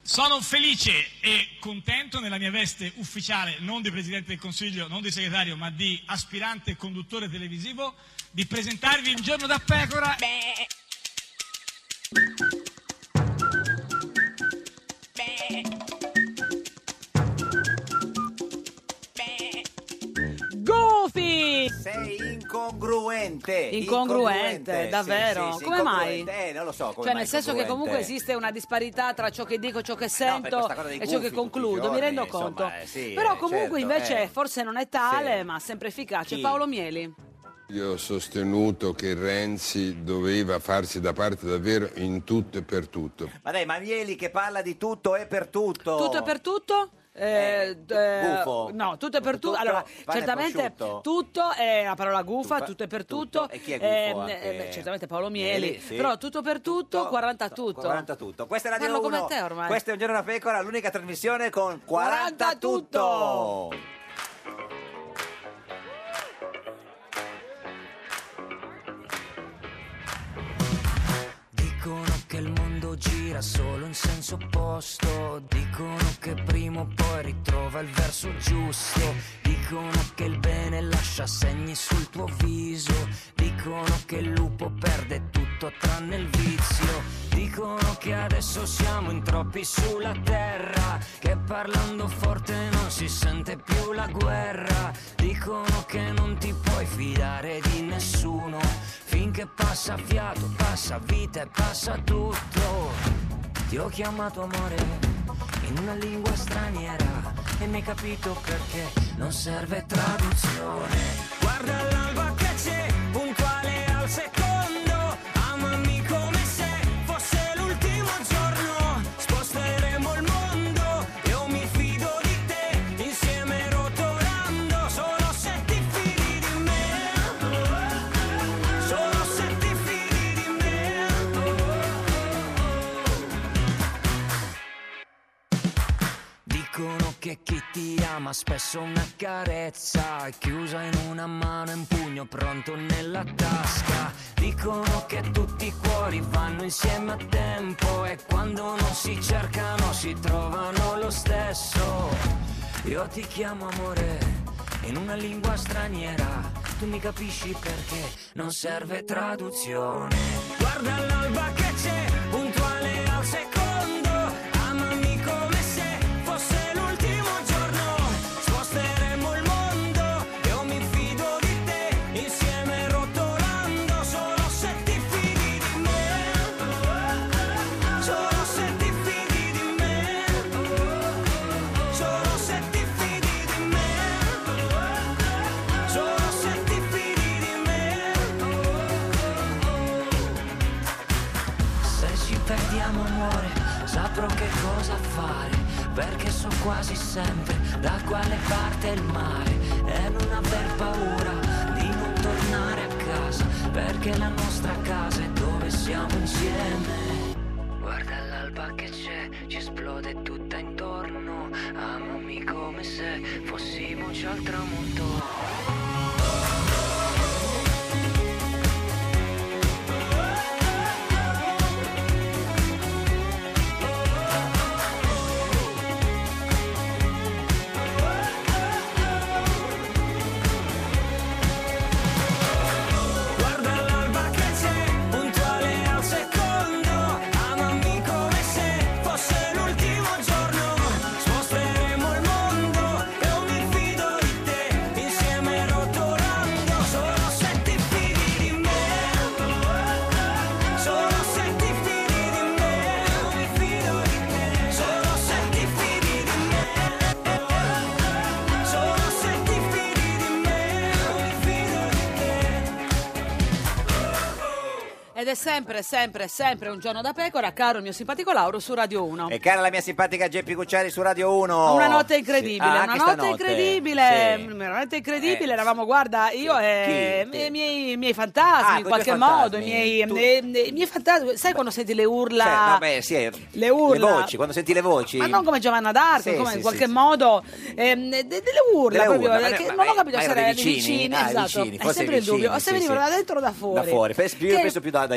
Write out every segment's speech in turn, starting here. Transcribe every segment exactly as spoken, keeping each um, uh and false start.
Sono felice e contento nella mia veste ufficiale, non di Presidente del Consiglio, non di segretario, ma di aspirante conduttore televisivo, di presentarvi Un giorno da pecora. Beh. Goofy! Sei incongruente. Incongruente, davvero? Sì, sì, sì, come mai? Eh, non lo so come Cioè, mai nel senso che comunque incongruente. esiste una disparità tra ciò che dico, ciò che No, per sento questa cosa dei e ciò gufi che concludo, tutti i mi rendo giorni, conto. insomma, eh, sì, Però eh, comunque certo, invece eh. forse non è tale, Sì. ma sempre efficace. Chi? Paolo Mieli. Io ho sostenuto che Renzi doveva farsi da parte davvero in tutto e per tutto. Ma dai, ma Mieli che parla di tutto e per tutto. Tutto e per tutto? Eh, Eh, eh, gufo. no, tutto e per tutto. Tutto, Allora, pane certamente prosciutto. tutto è la parola gufa, Tufa- tutto e per tutto. tutto. E chi è gufo Ehm, anche? eh, beh, certamente Paolo Mieli. Mieli, sì. Però tutto per tutto, quaranta tutto. quaranta tutto. Questa è Radio Parlo come uno. te ormai. Questa è Un giorno da pecora, l'unica trasmissione con quaranta, quaranta tutto. Dicono che il mondo gira solo in senso opposto. Dicono che prima o poi ritrova il verso giusto. Dicono che il bene lascia segni sul tuo viso. Dicono che il lupo perde tutto tranne il vizio. Dicono che adesso siamo in troppi sulla terra, che parlando forte non si sente più la guerra. Dicono che non ti puoi fidare di nessuno, finché passa fiato, passa vita e passa tutto. Ti ho chiamato amore in una lingua straniera e mi hai capito perché non serve traduzione. Guarda l'alba che c'è, puntuale al secondo. Amami come se fosse l'ultimo giorno. Sposteremo il mondo, io mi fido di te, insieme rotolando. Solo se ti fidi di me, solo se ti fidi di me. Dicono che chi ti ama spesso una carezza è chiusa in una mano e un pugno pronto nella tasca. Dicono che tutti i cuori vanno insieme a tempo e quando non si cercano si trovano lo stesso. Io ti chiamo amore in una lingua straniera, tu mi capisci perché non serve traduzione. Guarda l'alba che c'è, puntuale al secondo. Amami come se fosse l'ultimo giorno. Sposteremo il mondo, io mi fido di te, insieme rotolando. Solo se ti fidi di me, solo se ti fidi di me, solo se ti fidi di me, solo se ti fidi di me. Se ci perdiamo amore, saprò che cosa fare, perché so quasi sempre da quale parte è il mare. E non aver paura di non tornare a casa, perché la nostra casa è dove siamo insieme. Guarda l'alba che c'è, ci esplode tutta intorno. Amami come se fossimo già al tramonto. Guarda l'alba che c'è, puntuale al secondo. Amami come se fosse l'ultimo giorno. Sposteremo il mondo, io mi fido di te, insieme rotolando. Solo se ti fidi di me, solo se ti fidi di me, io mi fido di te. Solo se ti fidi di me, solo se ti fidi di me, io mi fido di te. Ed è sempre, sempre, sempre Un giorno da pecora, caro il mio simpatico Lauro su Radio uno. E cara la mia simpatica Geppi Cucciari su Radio uno. Una notte incredibile, Sì. Ah, una anche notte stanotte. incredibile, Sì. veramente incredibile. Eh, Eravamo, guarda, io e Chi? i miei, i miei fantasmi Ah, in coi qualche tuoi modo, i fantasmi. miei, Tu- eh, i miei fantasmi. Sai quando senti le urla? Cioè, vabbè, sì, eh, Le urla. voci, quando senti le voci. Ma non come Giovanna d'Arco, Sì, come sì, in qualche sì, modo ehm, de- delle urla Delle proprio, urla, ma- che ma- non ho ma- capito ma se erano erano dei dei vicini? vicini, Ah, esatto. vicini, È forse sempre il vicini, dubbio, o se sì, venivano sì. da dentro o da fuori. Da fuori, penso- io Che- penso più da, da,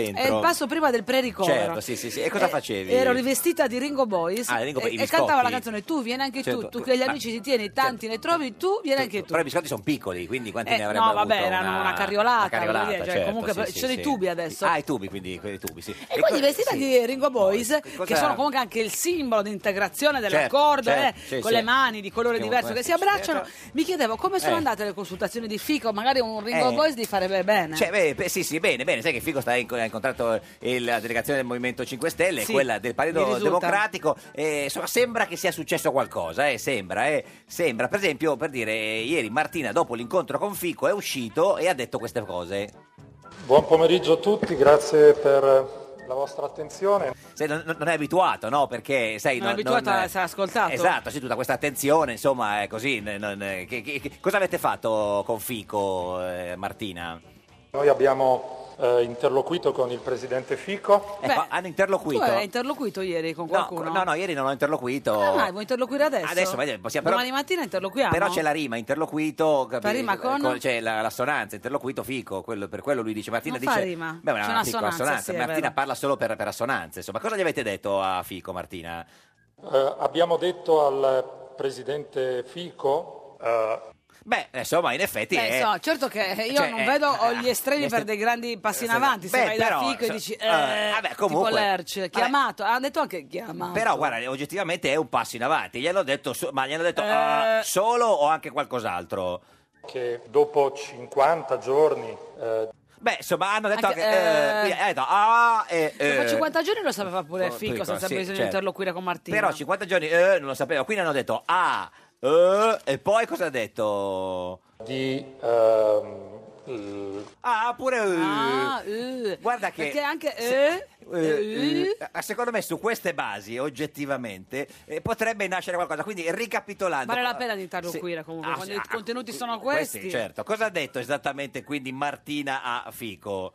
dentro. È il passo prima del pre-ricovero. Certo, sì, sì, sì. E cosa Eh, facevi? Ero rivestita di Ringo Boys Ah, Ringo Boys, e, i e cantavo biscotti. la canzone Tu vieni anche Certo, tu, tu che gli ma- amici ti tieni, tanti ne trovi, tu vieni anche tu. Però i biscotti sono piccoli, quindi quanti Eh, ne avrebbero no, vabbè, avuto? erano una carriolata, Una carriolata, voglio dire, cioè, certo, comunque sì, ci sì, sono i sì. tubi adesso. Ah, i tubi, quindi quei tubi, sì. E quindi co- vestita sì. di Ringo Boys, Cosa- che sono comunque anche il simbolo di integrazione Certo, dell'accordo, certo, eh, sì, con sì. le mani di colore Sì, diverso sì, che sì, si abbracciano. certo. Mi chiedevo come sono Eh. andate le consultazioni di Fico, magari un Ringo Eh. Boys di farebbe bene. Cioè, beh, beh, sì, sì, bene, bene, sai che Fico sta in- ha incontrato il- la delegazione del Movimento cinque Stelle, Sì, quella del mi Partito risulta. Democratico, eh, insomma, sembra che sia successo qualcosa, eh, sembra, eh, sembra. Per esempio, per dire, eh, ieri Martina, dopo l'incontro con Fico, è uscito e ha detto queste cose. Buon pomeriggio a tutti, grazie per la vostra attenzione. Sai, non, non è abituato, no? Perché, sai, Non è abituato a essere ascoltato. Esatto, sì, tutta questa attenzione, insomma, è così. n- non- che- che- che- cosa avete fatto con Fico, eh, Martina? Noi abbiamo eh, interloquito con il presidente Fico. Ecco, Beh, hanno interloquito. Tu hai interloquito ieri con No, qualcuno? no, no, ieri non ho interloquito. Ah, dai, vuoi interloquire adesso? Adesso, vediamo, possiamo- però- Domani mattina interloquiamo? Però c'è la rima, interloquito, capi- Fa rima con? c'è la- l'assonanza, interloquito Fico, quello- per quello lui dice, Martina Non fa dice, rima. beh, C'è una una piccola assonanza, assonanza, sì, è Martina vero. parla solo per, per assonanze, insomma, cosa gli avete detto a Fico, Martina? Eh, abbiamo detto al presidente Fico eh, Beh, insomma, in effetti Eh, è... so, certo che io cioè, non eh, vedo ho gli eh, estremi gli per estre- dei grandi passi in Beh, avanti, se vai da però, Fico e so- dici eh, eh, vabbè, comunque- tipo Lerch, vabbè. chiamato, hanno detto anche chiamato. Però guarda, oggettivamente è un passo in avanti, gli hanno detto, so- ma gli hanno detto Eh. ah, solo o anche qualcos'altro? che dopo cinquanta giorni eh, Beh, insomma, hanno detto Anche, anche... eh, eh, quindi ha detto, ah, eh, Dopo eh, cinquanta giorni lo sapeva pure oh, Fico Fico, senza sì, bisogno di certo. interloquire con Martina. Però cinquanta giorni eh, non lo sapevo, quindi hanno detto ah, eh, e poi cosa ha detto? di ehm, l- Ah, pure eh. Ah, eh. Guarda che Perché anche se- eh, eh, eh, eh, secondo me su queste basi oggettivamente eh, potrebbe nascere qualcosa, quindi ricapitolando vale la pena di interloquire Sì. comunque Ah, quando sì, i ah, contenuti sono questi. certo. Cosa ha detto esattamente quindi Martina a Fico?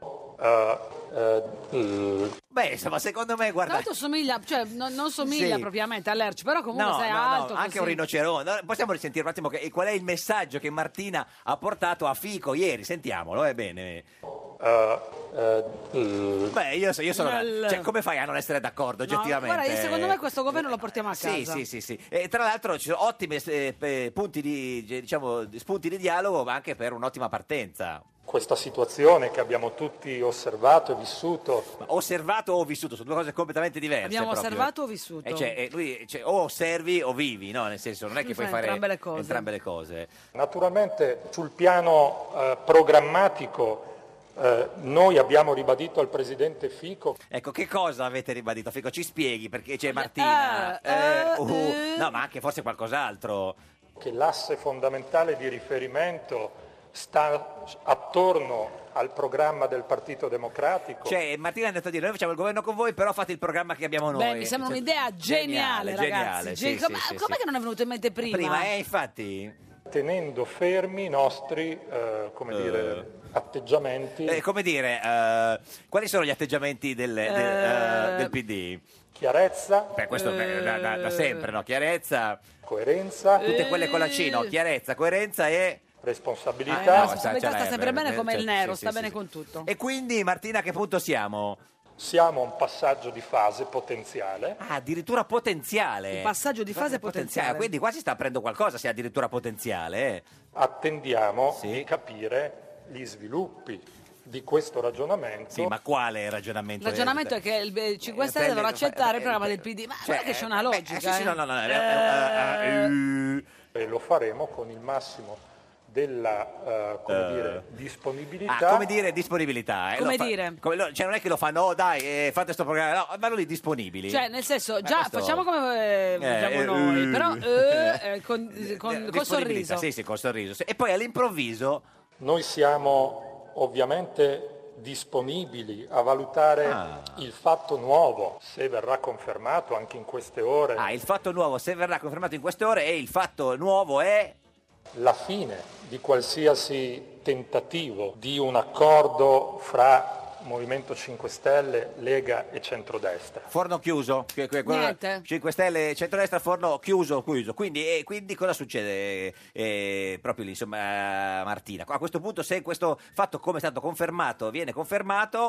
eh, eh, l- Beh, insomma, secondo me, guarda... Tra l'altro somiglia, cioè non, non somiglia Sì. propriamente a Lerch, però comunque No, sei no, no, alto. anche così. un rinoceronte. No, possiamo risentire un attimo che, qual è il messaggio che Martina ha portato a Fico ieri? Sentiamolo, è bene. eh, eh, l- Beh, io, so- io sono... Nel- Cioè, come fai a non essere d'accordo, No, oggettivamente? guarda, secondo me questo governo lo portiamo a casa. Sì, sì, sì, sì. E tra l'altro ci sono ottimi eh, pe- punti di, diciamo, di- spunti di dialogo, ma anche per un'ottima partenza. questa situazione che abbiamo tutti osservato e vissuto. Ma osservato o vissuto sono due cose completamente diverse. Abbiamo proprio. osservato o vissuto? Eh, cioè, eh, lui, cioè, o osservi o vivi, no? Nel senso, non è che Lui puoi fa fare entrambe le cose. entrambe le cose. Naturalmente sul piano eh, programmatico eh, noi abbiamo ribadito al presidente Fico Ecco, che cosa avete ribadito? Fico, ci spieghi, perché c'è Martina. Eh, eh, uh, eh. No, ma anche forse qualcos'altro. che l'asse fondamentale di riferimento sta attorno al programma del Partito Democratico. Cioè, Martina ha detto a dire, noi facciamo il governo con voi, però fate il programma che abbiamo noi. Beh, mi sembra Cioè, un'idea geniale, ragazzi. geniale, sì, Gen- sì, come sì, com'è sì. che non è venuto in mente prima? Prima, eh, infatti. tenendo fermi i nostri eh, come dire, atteggiamenti, Eh, come dire, eh, quali sono gli atteggiamenti del, del, Eh. eh, del P D? chiarezza, Beh, questo beh, da, da- da sempre, no? Chiarezza, coerenza, tutte quelle con la C, no? Chiarezza, coerenza e... Eh, responsabilità. la no, responsabilità sta- sta ce sempre l'hai, bene eh, come il certo, nero, sì, sta sì, bene sì. con tutto. E quindi, Martina, a che punto siamo? Siamo a un passaggio di fase potenziale. Ah, addirittura potenziale. Un passaggio di fase potenziale. Quindi qua si sta aprendo qualcosa, se è addirittura potenziale. eh. Attendiamo Sì. di capire gli sviluppi di questo ragionamento. Sì, ma quale ragionamento? Il ragionamento è che il eh, cinque Eh, Stelle prende- dovrà accettare eh, il programma eh, del P D. Ma cioè, guarda che c'è una eh, logica. eh, sì, sì, eh. no, no, no, eh, Eh, eh, eh, eh, E lo faremo con il massimo della eh, come Eh. dire, disponibilità. Ah, come dire disponibilità. eh, Come lo fa- dire? come lo- cioè non è che lo fanno, oh dai, eh, fate sto programma, no, vanno lì disponibili. Cioè, nel senso, già questo- facciamo come eh, vogliamo eh, noi, eh, però eh, eh, con, Eh, con, col disponibilità, sorriso. Sì, sì, col sorriso. Sì. E poi all'improvviso, Noi siamo ovviamente disponibili a valutare Ah. il fatto nuovo, se verrà confermato anche in queste ore, ah, il fatto nuovo, se verrà confermato in queste ore, e il fatto nuovo è... la fine di qualsiasi tentativo di un accordo fra Movimento cinque Stelle, Lega e Centrodestra. Forno chiuso, che- che- quello- Niente. cinque Stelle, centrodestra, forno chiuso, chiuso. Quindi, e quindi cosa succede eh, proprio lì, insomma, Martina? A questo punto, se questo fatto, come è stato confermato, viene confermato,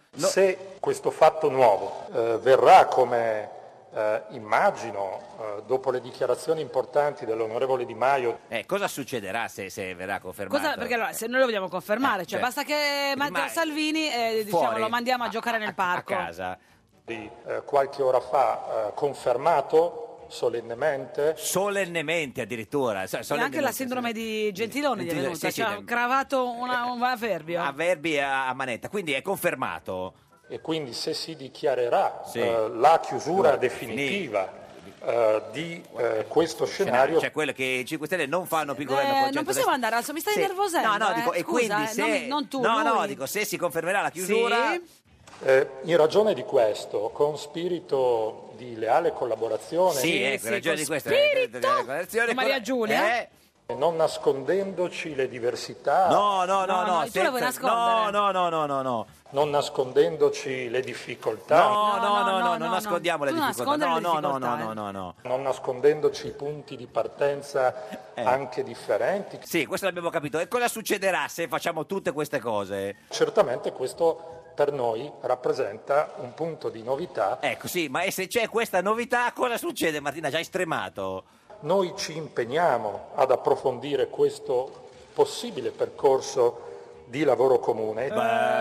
No. Se questo fatto nuovo eh, verrà come eh, immagino, eh, dopo le dichiarazioni importanti dell'onorevole Di Maio. Eh, cosa succederà se, se verrà confermato? Cosa, perché allora, se noi lo vogliamo confermare, Eh, cioè, cioè, basta che Matteo ma- Salvini eh, diciamo, Fuori. lo mandiamo a giocare nel parco. A casa. Di eh, qualche ora fa eh, confermato solennemente. Solennemente addirittura. So- E anche solennemente, la sindrome di Gentiloni gli è Gentiloni, venuta, sì, sì, cioè, ha ne- cravato una, un avverbio. A verbi a, a manetta, quindi è confermato. E quindi se si dichiarerà Sì. eh, la chiusura No, definitiva eh, di eh, questo scenario, Cioè quello che i cinque Stelle non fanno più il governo Eh, con non centrodestra. possiamo andare, adesso mi stai Sì. innervosendo. No, no, eh. dico, e Scusa, quindi eh, se... non, mi- non tu, no, no, lui. dico, se si confermerà la chiusura... Sì. eh, in ragione di questo, con spirito di leale collaborazione, Sì, Sì, ecco, sì, in ragione con di questo... spirito. eh, della coalizione, Con Maria con- Giulia. eh, non nascondendoci le diversità, No, no, no, No, no, no, tu la vuoi senza- nascondere. no, no, no, no, no. non nascondendoci le difficoltà, No, no, no, no, no, non no, nascondiamo le tu non difficoltà. nascondere No, le no, no, difficoltà, no, eh. no, no. non nascondendoci i punti di partenza Eh. anche differenti. Sì, questo l'abbiamo capito. E cosa succederà se facciamo tutte queste cose? Certamente questo per noi rappresenta un punto di novità. Ecco, sì, ma e se c'è questa novità, cosa succede, Martina? Già hai stremato. Noi ci impegniamo ad approfondire questo possibile percorso di lavoro comune. Eh,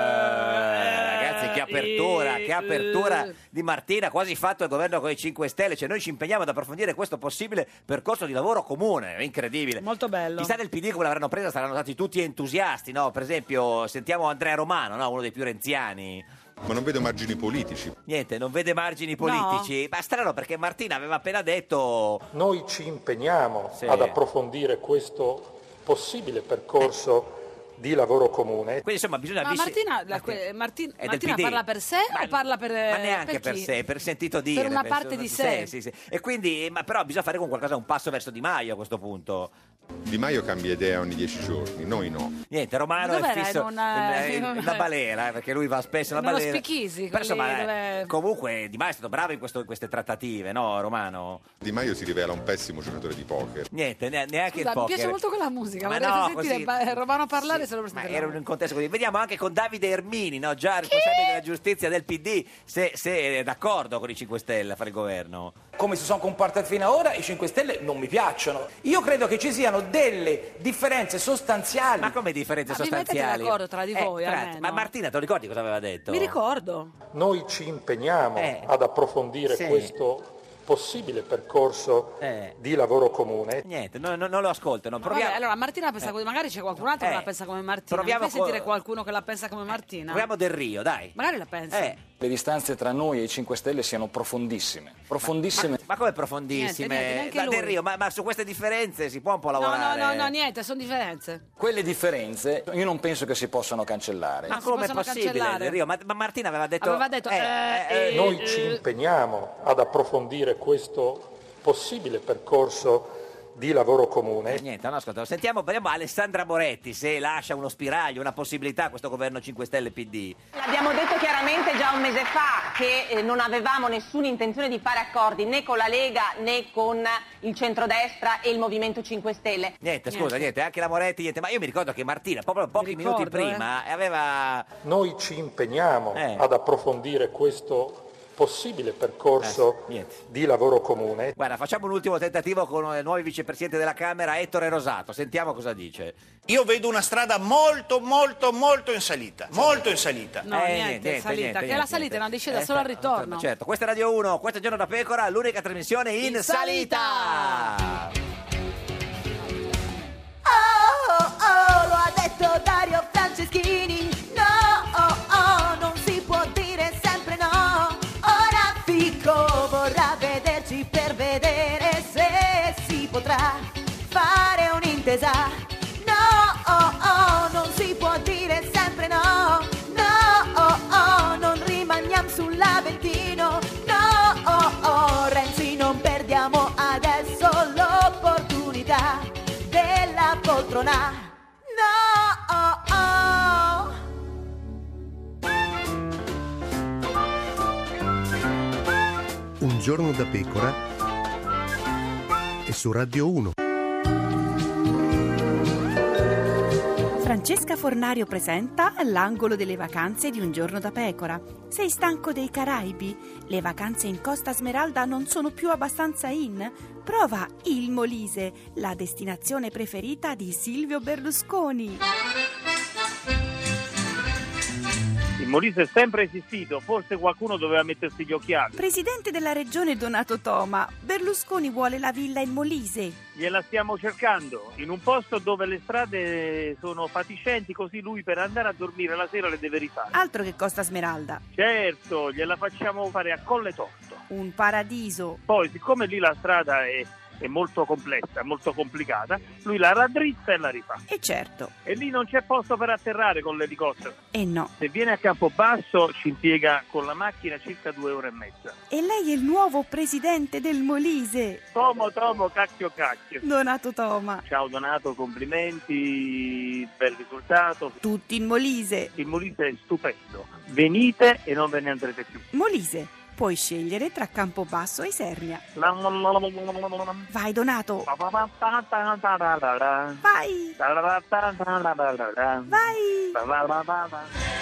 ragazzi, che apertura, che apertura di Martina, quasi fatto il governo con i cinque Stelle. Cioè, noi ci impegniamo ad approfondire questo possibile percorso di lavoro comune. È incredibile. Molto bello. Chissà del P D come l'avranno presa, saranno stati tutti entusiasti, no? Per esempio, sentiamo Andrea Romano, no? Uno dei più renziani. Ma non vedo margini politici. Niente, non vede margini politici. Ma strano perché Martina aveva appena detto... Noi ci impegniamo Sì. ad approfondire questo possibile percorso di lavoro comune. Quindi insomma bisogna... Ma vis- Martina, la- que- Martin- è del Martina P D. parla per sé Ma- o parla per ma neanche per per, chi? sé, per sentito dire. Per una penso- parte di sé. Sì, sì, sì. E quindi, ma però bisogna fare con qualcosa un passo verso Di Maio a questo punto. Di Maio cambia idea ogni dieci giorni, noi no. Niente, Romano Ma è dov'era? fisso In una- in, in- in una- una balera, eh, perché lui va spesso in una Nello balera. Speakeasy, Però, insomma, quelli eh, dove- comunque Di Maio è stato bravo in, questo- in queste trattative, no, Romano? Di Maio si rivela un pessimo giocatore di poker. Niente, ne- neanche Scusa, il mi poker. piace molto quella musica, Ma vorrei no, sentire così- ba- Romano parlare sì, se lo ma sentite era là. un contesto così. Vediamo anche con Davide Ermini, no? Già responsabile della giustizia del P D, se, se è d'accordo con i cinque Stelle a fare il governo. Come si sono comportati fino ad ora, i cinque Stelle non mi piacciono. Io credo che ci siano delle differenze sostanziali. Ma come differenze Ma vi mettete sostanziali? d'accordo tra di voi, tra- almeno? Ma Martina, te lo ricordi cosa aveva detto? Mi ricordo. Noi ci impegniamo Eh. ad approfondire Sì. questo possibile percorso Eh. di lavoro comune. Niente, no- no- non lo ascoltano. Vabbè, Proviamo, allora Martina pensa così, magari c'è qualcun altro Eh. che la pensa come Martina. Proviamo Mi fai sentire co- qualcuno che la pensa come Martina? proviamo Del Rio, dai. Magari la pensa. Eh, Le distanze tra noi e i cinque Stelle siano profondissime. Profondissime. ma come profondissime? Niente, niente, neanche Ma Del lui. Rio, ma, ma su queste differenze si può un po' No, no, lavorare? no, no, niente, sono differenze. Quelle differenze io non penso che si possano cancellare. Ma si come è possono possibile cancellare. Del Rio? Ma, ma Martina aveva detto... Aveva detto, eh, eh, eh, Noi eh, ci impegniamo ad approfondire questo possibile percorso di lavoro comune. Niente, no, ascolta, sentiamo, vediamo Alessandra Moretti se lascia uno spiraglio, una possibilità a questo governo cinque Stelle P D. L'abbiamo detto chiaramente già un mese fa che eh, non avevamo nessuna intenzione di fare accordi né con la Lega né con il centrodestra e il Movimento cinque Stelle. Niente, scusa, Niente. niente, anche la Moretti, niente, ma io mi ricordo che Martina, proprio pochi Mi minuti ricordo, prima, aveva... Noi ci impegniamo Eh. ad approfondire questo possibile percorso Eh, niente. di lavoro comune. Guarda, facciamo un ultimo tentativo con il nuovo vicepresidente della Camera, Ettore Rosato, sentiamo cosa dice. Io vedo una strada molto, molto, molto in salita. Molto in salita. No, Eh, niente, è salita, niente, che niente, la salita niente. è una discesa Eh, solo al certo, ritorno. Certo, questa è Radio uno, questo è Giorno da Pecora, l'unica trasmissione in, In salita. salita. Oh, oh, lo ha detto Dario Franceschini. No, oh, oh, non si può dire sempre no. Ora Fico vorrà vederci per vedere se si potrà fare un'intesa. No, oh, oh, non si può dire sempre no. No, oh, oh, non rimaniamo sull'Aventino. No, oh, oh, Renzi, non perdiamo adesso l'opportunità della poltrona. No, oh, oh. Un giorno da pecora e su Radio uno. Francesca Fornario presenta l'angolo delle vacanze di Un giorno da pecora. Sei stanco dei Caraibi? Le vacanze in Costa Smeralda non sono più abbastanza in? Prova il Molise, la destinazione preferita di Silvio Berlusconi. Il Molise è sempre esistito, forse qualcuno doveva mettersi gli occhiali. Presidente della regione Donato Toma, Berlusconi vuole la villa in Molise. Gliela stiamo cercando, in un posto dove le strade sono fatiscenti, così lui per andare a dormire la sera le deve rifare. Altro che Costa Smeralda. Certo, gliela facciamo fare a Colle Torto. Un paradiso. Poi, siccome lì la strada è... è molto complessa, molto complicata, lui la raddrizza e la rifà. E certo. E lì non c'è posto per atterrare con l'elicottero. E no. Se viene a Campobasso ci impiega con la macchina circa due ore e mezza. E lei è il nuovo presidente del Molise. Tomo, Tomo, cacchio, cacchio. Donato Toma. Ciao Donato, complimenti, bel risultato. Tutti in Molise. Il Molise è stupendo. Venite e non ve ne andrete più. Molise. Puoi scegliere tra Campobasso e Isernia. Vai Donato. Vai. Vai.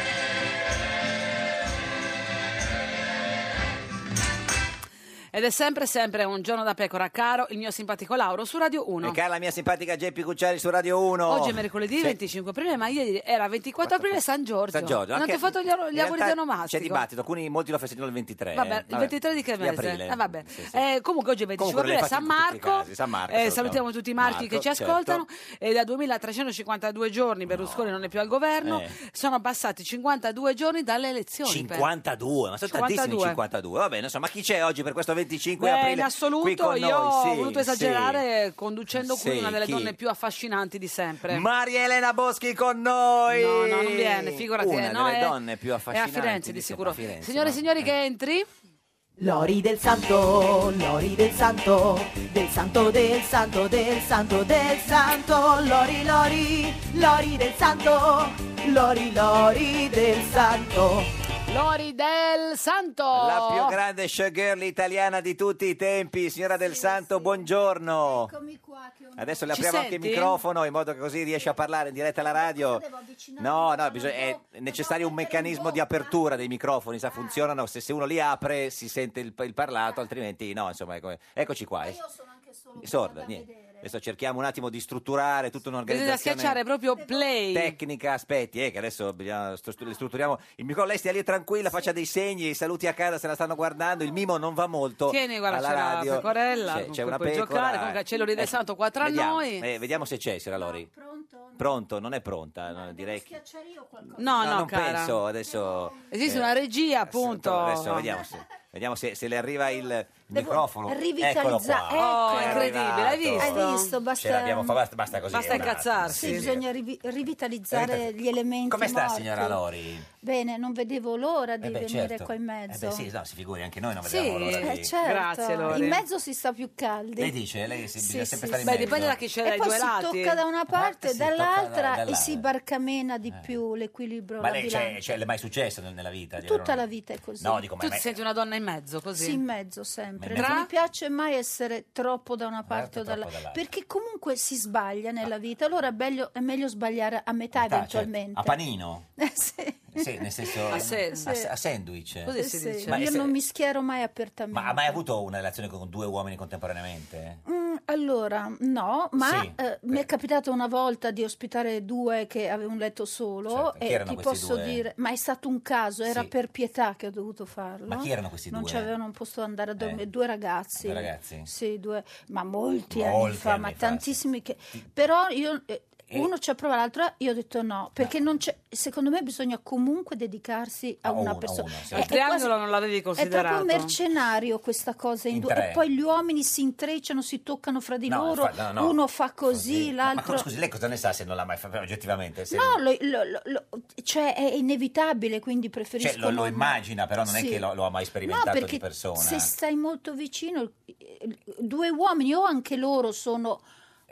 Ed è sempre sempre Un giorno da pecora, caro il mio simpatico Lauro su Radio uno. E cara la mia simpatica Geppi Cucciari su Radio uno. Oggi è mercoledì Sì. venticinque aprile, ma ieri era ventiquattro aprile San Giorgio. San Giorgio. Non Anche- ti ho fatto gli, gli in auguri realtà di onomastico. C'è dibattito, alcuni molti lo festeggiano il ventitré. Vabbè, eh. il ventitré di che mese? aprile. Eh, vabbè. Sì, sì. Eh, comunque oggi è venticinque Comunque, aprile, le San fate in tutti i Marco. casi, San Marco, Eh, salutiamo. salutiamo tutti i marchi Marco, che ci certo. ascoltano. E da duemilatrecentocinquantadue giorni Berlusconi non è più al governo. Eh. Sono passati cinquantadue giorni dalle elezioni. cinquantadue, ma sono cinquantadue. tantissimi cinquantadue. Va bene, insomma, chi c'è oggi per questo venticinque Beh, aprile? in assoluto qui con io noi? ho Sì, voluto esagerare conducendo qui Sì, una delle chi? donne più affascinanti di sempre. Maria Elena Boschi con noi. No, no, non viene, figurati. Una eh, no, delle è- donne più È affascinanti a Firenze di di sicuro. sempre, a Firenze, Signore e no? signori, che entri. Lori del santo, lori del santo, del santo, del santo, del santo, del santo, lori, lori, lori del santo, lori, lori del santo. Lori del Santo. La più grande showgirl italiana di tutti i tempi, signora Del Santo, buongiorno. Eccomi qua. Che ho... Adesso le Ci apriamo anche il senti? microfono in modo che così riesce a parlare in diretta alla radio. No, no, bisogna- è necessario un meccanismo di apertura dei microfoni, sa, funzionano, se, se uno li apre si sente il, il parlato, altrimenti no, insomma, ecco- eccoci qua. Io sono anche solo Sorda, niente. Adesso cerchiamo un attimo di strutturare tutta Bisogna un'organizzazione schiacciare proprio play. tecnica. Aspetti, eh, che adesso bisogna stru- strutturiamo il microfono. Lei stia lì tranquilla, faccia dei segni, i saluti a casa se la stanno guardando. Il mimo non va molto. Tieni, guarda, alla c'è radio. la pecorella. C'è, con c'è cui una puoi pecora. giocare. Comunque c'è Lori del Eh, Santo qua tra vediamo, noi. eh, vediamo se c'è, signora Lori. Pronto? Pronto? Non è pronta? no, direi che... Schiacciare io qualcosa? No, no, non cara. penso adesso. Esiste eh, una regia, appunto. Adesso vediamo se, vediamo se, se le arriva il microfono. rivitalizza- Eccolo qua. ecco. Oh, È incredibile, hai arrivato. visto? Hai visto? Basta, Ce l'abbiamo fa- basta, basta così. Basta è un attimo. incazzarsi. sì, bisogna rivi- rivitalizzare gli elementi Come sta, morti. signora Lori? Bene, non vedevo l'ora di Eh beh, venire certo. qua in mezzo. Eh beh, sì, no, si figuri, anche noi non Sì, vedevamo l'ora Eh, di... certo. Grazie, Lori. In mezzo si sta più caldi. Lei dice, lei si, Sì, bisogna sì, sempre sì. stare in Beh, mezzo. dipende da chi c'è E dai poi due si lati. tocca da una parte Eh, e sì, tocca da- dall'altra dall'altra. e si barcamena di più l'equilibrio, Ma la lei, cioè, bilancia. cioè, le è mai successo nel- nella vita? di Tutta avere la una- vita è così. No, dico, ma Tu ma- ti senti una donna in mezzo, così? Sì, in mezzo sempre. In mezzo. Non mi piace mai essere troppo da una parte o troppo dall'altra, dall'altra. perché comunque si sbaglia nella vita. Allora è meglio, è meglio sbagliare a metà Ah, certo. eventualmente. A panino? Eh, sì. Sì, nel senso... A se- a, a sandwich? Così Eh, si sì. dice. Ma Io se- non mi schiero mai apertamente. Ma ha mai avuto una relazione con due uomini contemporaneamente? Mm, allora, no, ma Sì. eh, mi è capitato una volta di ospitare due che avevano un letto solo Certo. Chi e erano ti questi posso due? dire, ma è stato un caso, era Sì. per pietà che ho dovuto farlo. Ma chi erano questi non due? ci avevano un posto da andare a dormire, Eh. due ragazzi. Due ragazzi? Sì, due, ma molti, anni Molti fa, anni ma fa, tantissimi che... Però io... eh, E- Uno ci ha provato, l'altro io ho detto no, perché non c'è, secondo me bisogna comunque dedicarsi a A una uno, a persona. uno, sì. È- Il è triangolo quasi- non l'avevi È considerato. proprio mercenario questa cosa in In due. tre. E poi gli uomini si intrecciano, si toccano fra di No, loro, fa- no, no. uno fa così, Ma l'altro... come, scusi, lei cosa ne sa se non l'ha mai fatto oggettivamente? Se- No, lo- lo- lo- lo- cioè è inevitabile, quindi preferisco Cioè, lo, lo non- immagina, però non è Sì. che lo, lo ha mai sperimentato No, perché di persona. se stai molto vicino, eh, due uomini o anche loro sono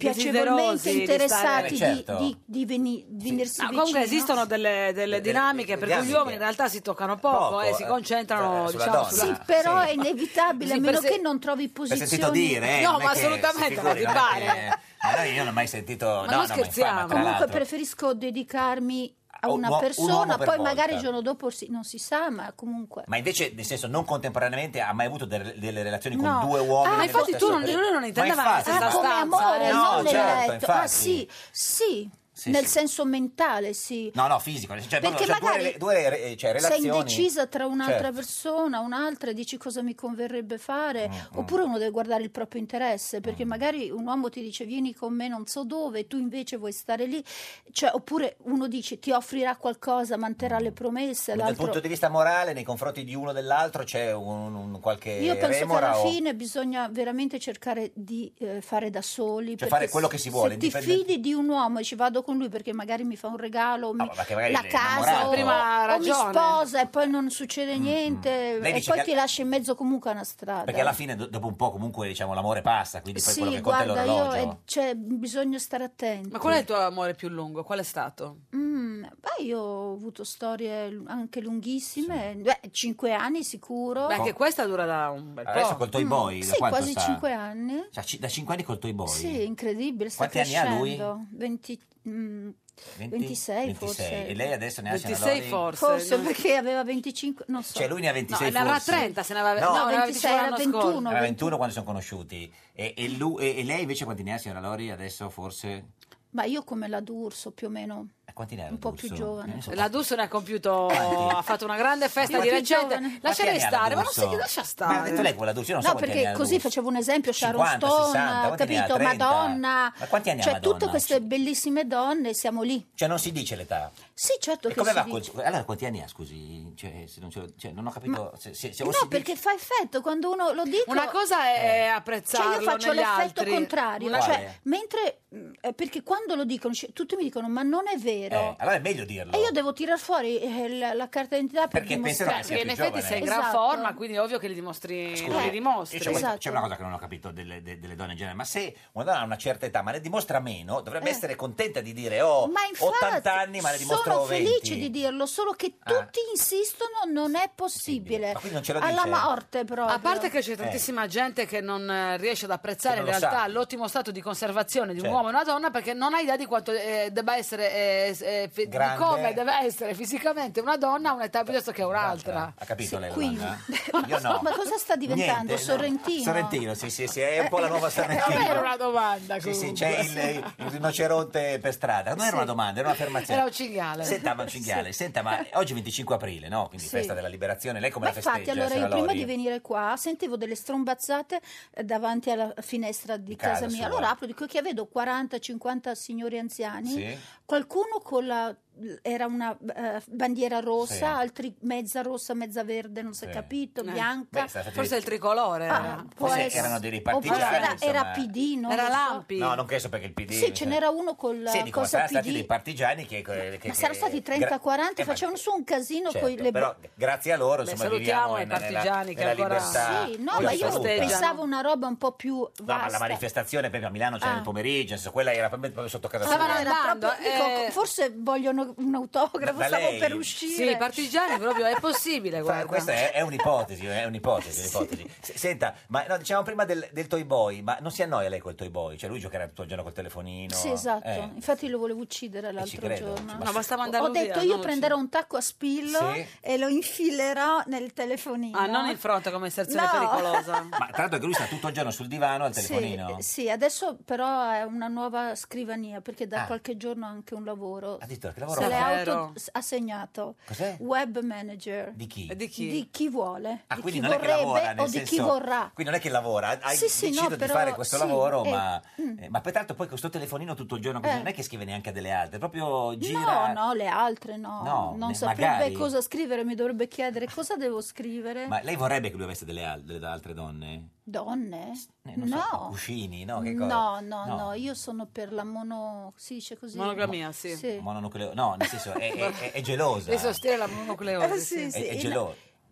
desiderosi piacevolmente di interessati stare- di, Eh, certo. di, di veni- venirsi No, vicino. comunque esistono delle, delle dinamiche per cui gli dinamiche. uomini in realtà si toccano poco, Poco, e si eh, concentrano sulla diciamo, donna. sulla... Sì, però è inevitabile, Sì, a meno per se- che non trovi Per posizioni. sentito dire, eh, No, non è ma che assolutamente, si figuri, non ti non è pare? che- ma noi- io non ho mai sentito. no, non no, ma infatti, scherziamo. ma tra Comunque l'altro- preferisco dedicarmi a Un una uo- un persona, uomo per poi volta. magari il giorno dopo si- non si sa, ma comunque. Ma invece, nel senso, non contemporaneamente ha mai avuto delle, delle relazioni con No. due uomini? Ah, nello infatti tu stesso non- periodo? lui non Ma intendeva infatti, nella Ah, stessa come stanza, amore, eh. non No, nel certo, letto. infatti. Ah, sì, sì, Sì, nel sì. senso mentale, sì. No, no, fisico. Cioè, Perché proprio, cioè, due, magari rele- due re- cioè, sei relazioni. indecisa tra un'altra Certo. persona, un'altra, e dici cosa mi converrebbe fare, Mm, oppure uno deve guardare il proprio interesse, perché magari un uomo ti dice vieni con me non so dove, e tu invece vuoi stare lì, cioè, oppure uno dice ti offrirà qualcosa, manterrà le promesse, Dal l'altro... punto di vista morale, nei confronti di uno dell'altro, c'è un, un qualche Io penso che remora alla o- fine bisogna veramente cercare di eh, fare da soli. Cioè perché fare quello che si vuole, Se ti indipendente- fidi di un uomo e ci vado con lui perché magari mi fa un regalo, mi- ma che magari la è casa, innamorato. o, Prima o mi ragione. sposa e poi non succede niente, Lei e dice poi che- ti lascia in mezzo comunque a una strada. Perché alla fine, do- dopo un po', comunque, diciamo, l'amore passa, quindi poi Sì, quello che conta guarda, è io, l'orologio. eh, cioè, bisogna stare attenti. Ma qual è il tuo amore più lungo? Qual è stato? Mm, beh, io ho avuto storie l- anche lunghissime, beh, cinque anni sicuro. Beh, anche questa dura da un bel po'. Adesso col Toy Boy, da Sì, quanto quasi sta? cinque anni. Cioè, ci- da cinque anni col Toy Boy? Sì, incredibile, sta Quanti anni ha lui? crescendo. venti, mm, venti? ventisei, ventisei. forse. E lei adesso ne ha ventisei Lori? forse. Forse perché aveva venticinque, non so. Cioè lui ne ha ventisei No, ne avrà forse? trenta, se ne aveva No, no, ne aveva ventisei, venticinque era l'anno scorso. ventuno. Era ventuno quando sono conosciuti. E, e lui- e- e lei invece quanti ne ha, signora Lori? Adesso forse... Ma io come la D'Urso più o meno. Eh, Quanti ne ha Un po' D'Urso? più giovane. Eh, ne so- La D'Urso ne ha compiuto, ha fatto una grande festa Ma di più recente. giovane. Lasciali Quanti anni ha la stare, ma non D'Urso? si lascia Ma ha stare. detto lei quella D'Urso? Io non so No, quanti anni perché ha così D'Urso. facevo un esempio, Sharon cinquanta, Stone, sessanta, quanti ne ha? capito? trenta? Madonna. Ma quanti anni ha Cioè, Madonna? tutte queste bellissime donne, siamo lì. Cioè non si dice l'età. Sì, certo E che come si va dice. col... Allora quanti anni ha, scusi? Cioè, se non, ce lo- cioè, non ho capito... se, se, se o No, si perché fa effetto quando uno lo dice. Una cosa è apprezzarlo Cioè io faccio negli l'effetto altri. contrario, Quale? cioè mentre mh, eh, perché quando lo dicono cioè, tutti mi dicono ma non è vero. Eh, allora è meglio dirlo. E io devo tirar fuori eh, la, la carta d'identità per Perché dimostrare penserò che sia Perché in più effetti giovane. sei in gran Esatto. forma, quindi è ovvio che li dimostri, Scusi, li dimostri. io c'è, Esatto. c'è una cosa che non ho capito delle, de- delle donne in genere, ma se una donna ha una certa età ma ne dimostra meno, dovrebbe Eh. essere contenta di dire oh, Ma infatti, ottanta anni ma ne dimostro sono venti. felice di dirlo, solo che tutti insistono non è possibile. Ma quindi non ce lo Alla dice? morte proprio. A parte che c'è tantissima gente che non eh, riesce ad apprezzare Che in non lo realtà sa. l'ottimo stato di conservazione di un Certo. uomo e una donna, perché non hai idea di quanto eh, debba essere eh, eh, fi- di Grande. come deve essere fisicamente una donna a un'età piuttosto che un'altra. Ha capito lei la quindi- donna? Io no. Ma cosa sta diventando? Niente, no. Sorrentino? Sorrentino, sì, sì, sì, è un po' la nuova Non Sorrentino. era una domanda Sì, sì, comunque. c'è il, il rinoceronte per strada. Non era una domanda, era un'affermazione. Era un cinghiale. Senta, ma un cinghiale, senta, ma oggi è venticinque aprile, no? Quindi Sì. festa della liberazione, lei come Ma la infatti, festeggia? allora io signora prima Lori? di venire qua sentivo delle strombazzate eh, davanti alla finestra di, Di casa casa mia. sua. Allora apro, dico che vedo quaranta cinquanta signori anziani, Sì. qualcuno con la era una eh, bandiera rossa, Sì. altri mezza rossa, mezza verde, non si è Sì. capito, Eh. bianca. Beh, sta- Forse il tricolore. Ah, era. può Forse essere. erano dei Oppure partigiani, era, insomma. era P D, non Era lo so. Lampi. No, non credo perché il P D... Sì, ce n'era uno con la Sì, dico, ma cosa saranno P D. stati dei partigiani che... che Ma saranno stati trenta quaranta, Eh, ma- facevano su un casino certo, con le però grazie a loro, Beh, insomma, salutiamo viviamo i nella- partigiani che nella ancora- libertà. Sì, no, più ma io assoluta. festeggiano. pensavo una roba un po' più No, vasta. ma la manifestazione per esempio, a Milano c'era Ah. nel pomeriggio, nel senso, quella era proprio proprio sotto casa Stavano sua. Era andando, proprio- dico, eh. forse vogliono un autografo, Da stavo lei? per uscire. Sì, i partigiani proprio è possibile, Fa- guarda. Questa è, è un'ipotesi, è un'ipotesi, un'ipotesi. S- Senta, ma no, dicevamo prima del, del Toy Boy, ma non si annoia lei col Toy Boy? Cioè lui giocherà tutto il giorno col telefonino? Sì, esatto. Eh. Infatti lo volevo uccidere l'altro credo. giorno. Ma No, basta Ho mandarlo detto via, io non prenderò un tacco a spillo Sì. e lo infilerò nel telefonino. Ah, non in fronte come inserzione No. pericolosa. Ma tra l'altro che lui sta tutto il giorno sul divano al telefonino? Sì, sì, adesso però è una nuova scrivania perché da Ah. qualche giorno ha anche un lavoro. Addirittura, che lavoro Se l'è fa? Vero. auto assegnato. Cos'è? Web manager. Di chi? E di chi? Di chi vuole, Ah, di quindi chi non è che vorrebbe lavora, nel o di senso, chi vorrà. Quindi non è che lavora, ha ha Sì, sì, deciso no, di però- fare questo sì, lavoro, eh, ma, mm. eh, ma peraltro poi questo telefonino tutto il giorno così Eh. non è che scrive neanche a delle altre, proprio gira... No, no, le altre no. No, non ne- saprebbe magari. cosa scrivere, mi dovrebbe chiedere cosa devo scrivere. Ma lei vorrebbe che lui avesse delle, al- delle altre donne? Donne? Eh, non so, no. cuscini, no? Che cosa? No, no, no, io sono per la mono... si dice così? Monogamia, sì. Sì. Mononucleo... No, nel senso, è, è- è- è gelosa. Lei sostiene la mononucleosi. Eh, sì, sì. sì. È, è In- gelosa.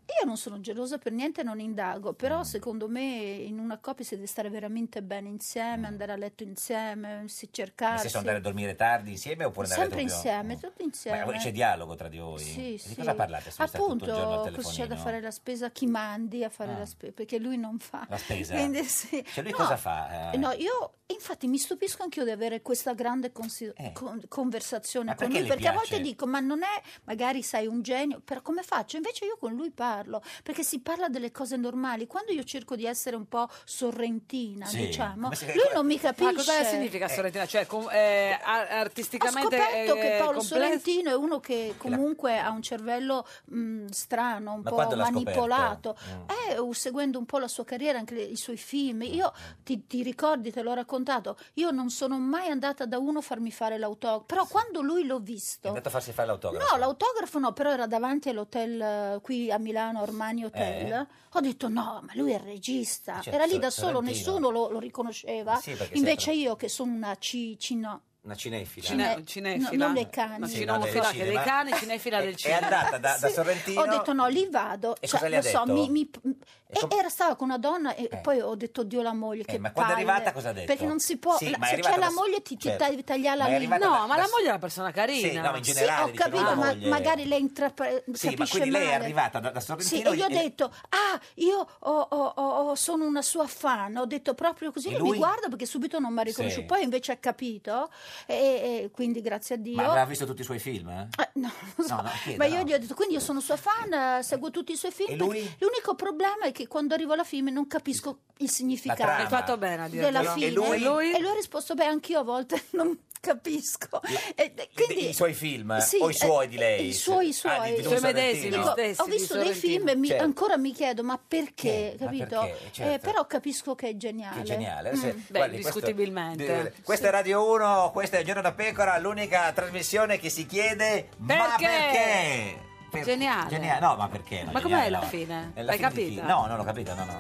Io non sono gelosa per niente, non indago, però secondo me in una coppia si deve stare veramente bene insieme, andare a letto insieme, si Nel cercarsi. senso andare a dormire tardi insieme oppure andare Sempre a letto insieme, tutto insieme. Ma c'è dialogo tra di voi? Sì, Di sì. cosa parlate? Se state Appunto, tutto il giorno al cosa c'è da telefonino? fare la spesa, chi mandi a fare Ah. la spesa, perché lui non fa. La spesa? Quindi sì. Cioè lui No, cosa fa? Eh, No, io infatti mi stupisco anch'io di avere questa grande consi- con- conversazione Ma con perché lui, le perché a piace? volte dico, ma non è, magari sei un genio, però come faccio? Invece io con lui parlo, perché si parla delle cose normali. Quando io cerco di essere un po' sorrentina, Sì. diciamo, Come si- lui non mi capisce. Ma cosa significa Sorrentina? Cioè, com- eh, a- Ho artisticamente scoperto eh, che Paolo complesso? Sorrentino è uno che comunque ha un cervello mh, strano, un Ma po' quando l'ha manipolato. scoperto? Eh, uh, seguendo un po' la sua carriera, anche le- i suoi film. Io ti, ti ricordi, te l'ho raccontato, io non sono mai andata da uno a farmi fare l'autografo, però quando lui l'ho È visto. andato a farsi fare l'autografo? No, l'autografo no, però era davanti all'hotel eh, qui a Milano, Armani Hotel. Eh. Ho detto no, ma lui è il regista. Certo, era lì da solo, Sorrentino. nessuno lo, lo riconosceva. Sì, perché Invece sempre- io che sono una ci, cino- Una cinefila. Cine- cinefila. no, non le cani. Una Sì, cinofila no, che del dei cinema. cani, cinefila del È cinema. andata da, da Sì. Sorrentino. Ho detto no, lì vado. E Cioè, cosa le ha lo so, detto? mi, mi- e com- era stava con una donna e poi ho detto Dio la moglie, che Eh, ma quando è palle. arrivata cosa ha detto? Perché non si può, Sì, la- ma è se arrivata c'è la da- moglie ti, ti certo. tagli- taglia la Ma è linea. arrivata No, da- ma da- la moglie è una persona carina. Sì, no, ma in Sì, generale, ho dice, non capito, la ma moglie. magari lei intrapre- Sì, ma capisce quindi lei è male. arrivata da, da Sì, Sorrentino e io ho e- detto, ah, io ho- ho- ho- sono una sua fan, ho detto proprio così, E lui lui? mi guarda perché subito non mi ha riconosciuto, Sì. poi invece ha capito, e, e quindi grazie a Dio. Ma avrà visto tutti i suoi film? Eh? Eh, no, non so. No, no, chiedo, Ma io no. gli ho detto, quindi io sono sua fan, eh, seguo tutti i suoi film. E lui? perché L'unico problema è che quando arrivo alla film non capisco il significato trama. Hai fatto bene a della dirglielo. fine. E lui? E lui ha risposto, beh, anch'io a volte non capisco. E- e quindi- I suoi film? Sì, o i suoi eh, di lei? I suoi, i Ah, suoi. di- di I suoi Sorrentino. medesimi, Dico, stessi, ho di visto dei Sorrentino. film e mi- Certo. ancora mi chiedo, ma perché? Eh, ma capito? perché? Certo. Eh, però capisco che è geniale. Che geniale. Mm. Se- Beh, guardi, questo- discutibilmente. di- Questa è Radio uno, questa è Giorno da Pecora, l'unica trasmissione che si chiede ma Perché? perché? Per- Geniale. Geniale. No, ma perché? No, Ma com'è geniale, la no. fine? È la L'hai fine di capita? chi? No, non l'ho capita, no,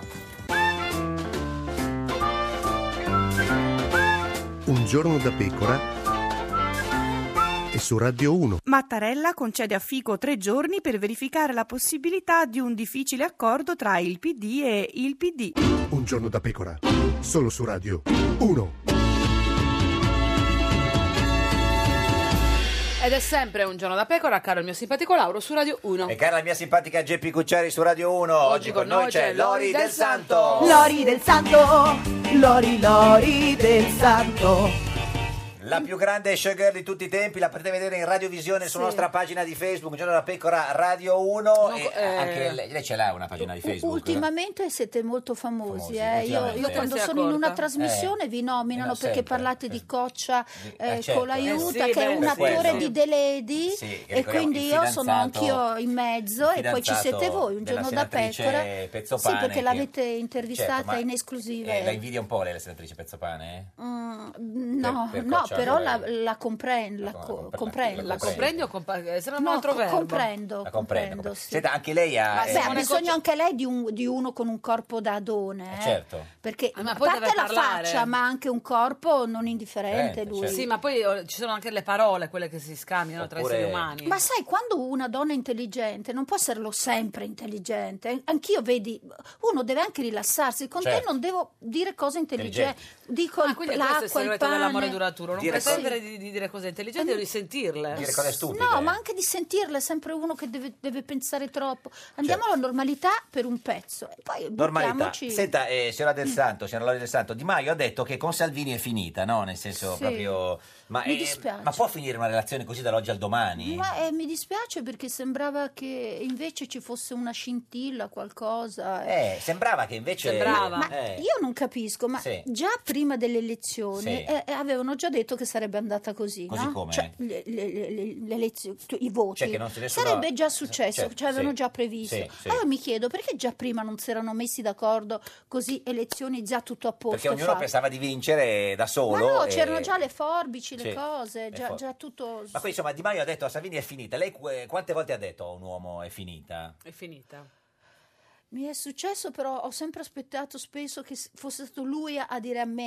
no. Un giorno da pecora e su Radio uno. Mattarella concede a Fico tre giorni per verificare la possibilità di un difficile accordo tra il P D e il P D. Un giorno da pecora, solo su Radio uno. Ed è sempre un giorno da pecora, caro il mio simpatico Lauro, su Radio uno. E cara la mia simpatica Geppi Cucciari su Radio uno. Oggi, con noi c'è Lori del Santo. Lori del Santo, Lori Lori del Santo. La più grande showgirl di tutti i tempi, la potete vedere in radiovisione sulla Sì. nostra pagina di Facebook, Giorno da Pecora Radio uno. No, e eh, anche lei, lei ce l'ha una pagina di Facebook? Ultimamente siete molto famosi, Famosi, eh. io, ultimamente. io quando Sei sono in una accorta? trasmissione Eh. vi nominano Eh, no, perché sempre. parlate di Coccia eh, eh, certo. con l'aiuta, Eh sì, che è beh, un per attore quello. di Deledi, Sì, che e ricordiamo quindi il io sono fidanzato- anch'io in mezzo il e poi ci siete fidanzato voi, un della giorno da senatrice pecora. Pezzopane, Sì, perché che- l'avete intervistata Certo, ma- in esclusiva. Eh, la invidia un po' lei, la senatrice Pezzopane? Mm, no, per no, Coccia però la, vorrei- la comprendo, la, co- comprendo. La comprendi o compa- eh, sembra un No, altro co- verbo? comprendo, La comprendo. comprendo, sì. Senta, anche lei ha... Ma eh, beh, ha Simone bisogno Coccia- anche lei di, un- di uno con un corpo da Adone, eh? certo. Perché Ah, ma a poi parte deve la parlare. faccia, ma anche un corpo non indifferente Eh, lui. certo. Sì, ma poi eh, ci sono anche le parole, quelle che si scambiano tra Oppure- esseri umani. Ma sai, quando una donna è intelligente, non può esserlo sempre intelligente. Anch'io, vedi, uno deve anche rilassarsi. Con te Certo. non devo dire cose intelligenti. Dico Ah, il- quindi questo è il l'acqua, il segreto dell'amore pane. duraturo, non Dire pretendere di, di dire cose intelligenti o di sentirle. Dire cose stupide. No, ma anche di sentirle, è sempre uno che deve, deve pensare troppo. Andiamo Certo. alla normalità per un pezzo. E poi Normalità. buttiamoci. Senta, eh, signora Del Santo, signora Lori del Santo, Di Maio ha detto che con Salvini è finita, no? Nel senso Sì. proprio... Ma, Mi eh, dispiace. ma può finire una relazione così dall'oggi al domani? Ma eh, mi dispiace perché sembrava che invece ci fosse una scintilla, qualcosa. Eh, sembrava che invece... Ma Eh. io non capisco, ma Sì. già prima delle elezioni Sì. eh, eh, avevano già detto che sarebbe andata così, Così no? come? Cioè, le, le- le- le- le elezioni, tu- i voti. Cioè che non se nessuno- Sarebbe già successo, Certo, cioè avevano sì. già previsto. Sì, sì. Allora mi chiedo perché già prima non si erano messi d'accordo, così elezioni già tutto a posto. Perché ognuno fatto. pensava di vincere da Ma solo. no, e- c'erano già le forbici, le Sì, cose, le già, for- già tutto. Ma poi insomma Di Maio ha detto a Salvini è finita. Lei eh, quante volte ha detto a un uomo è finita? È finita. Mi è successo, però ho sempre aspettato spesso che s- fosse stato lui a, a dire a me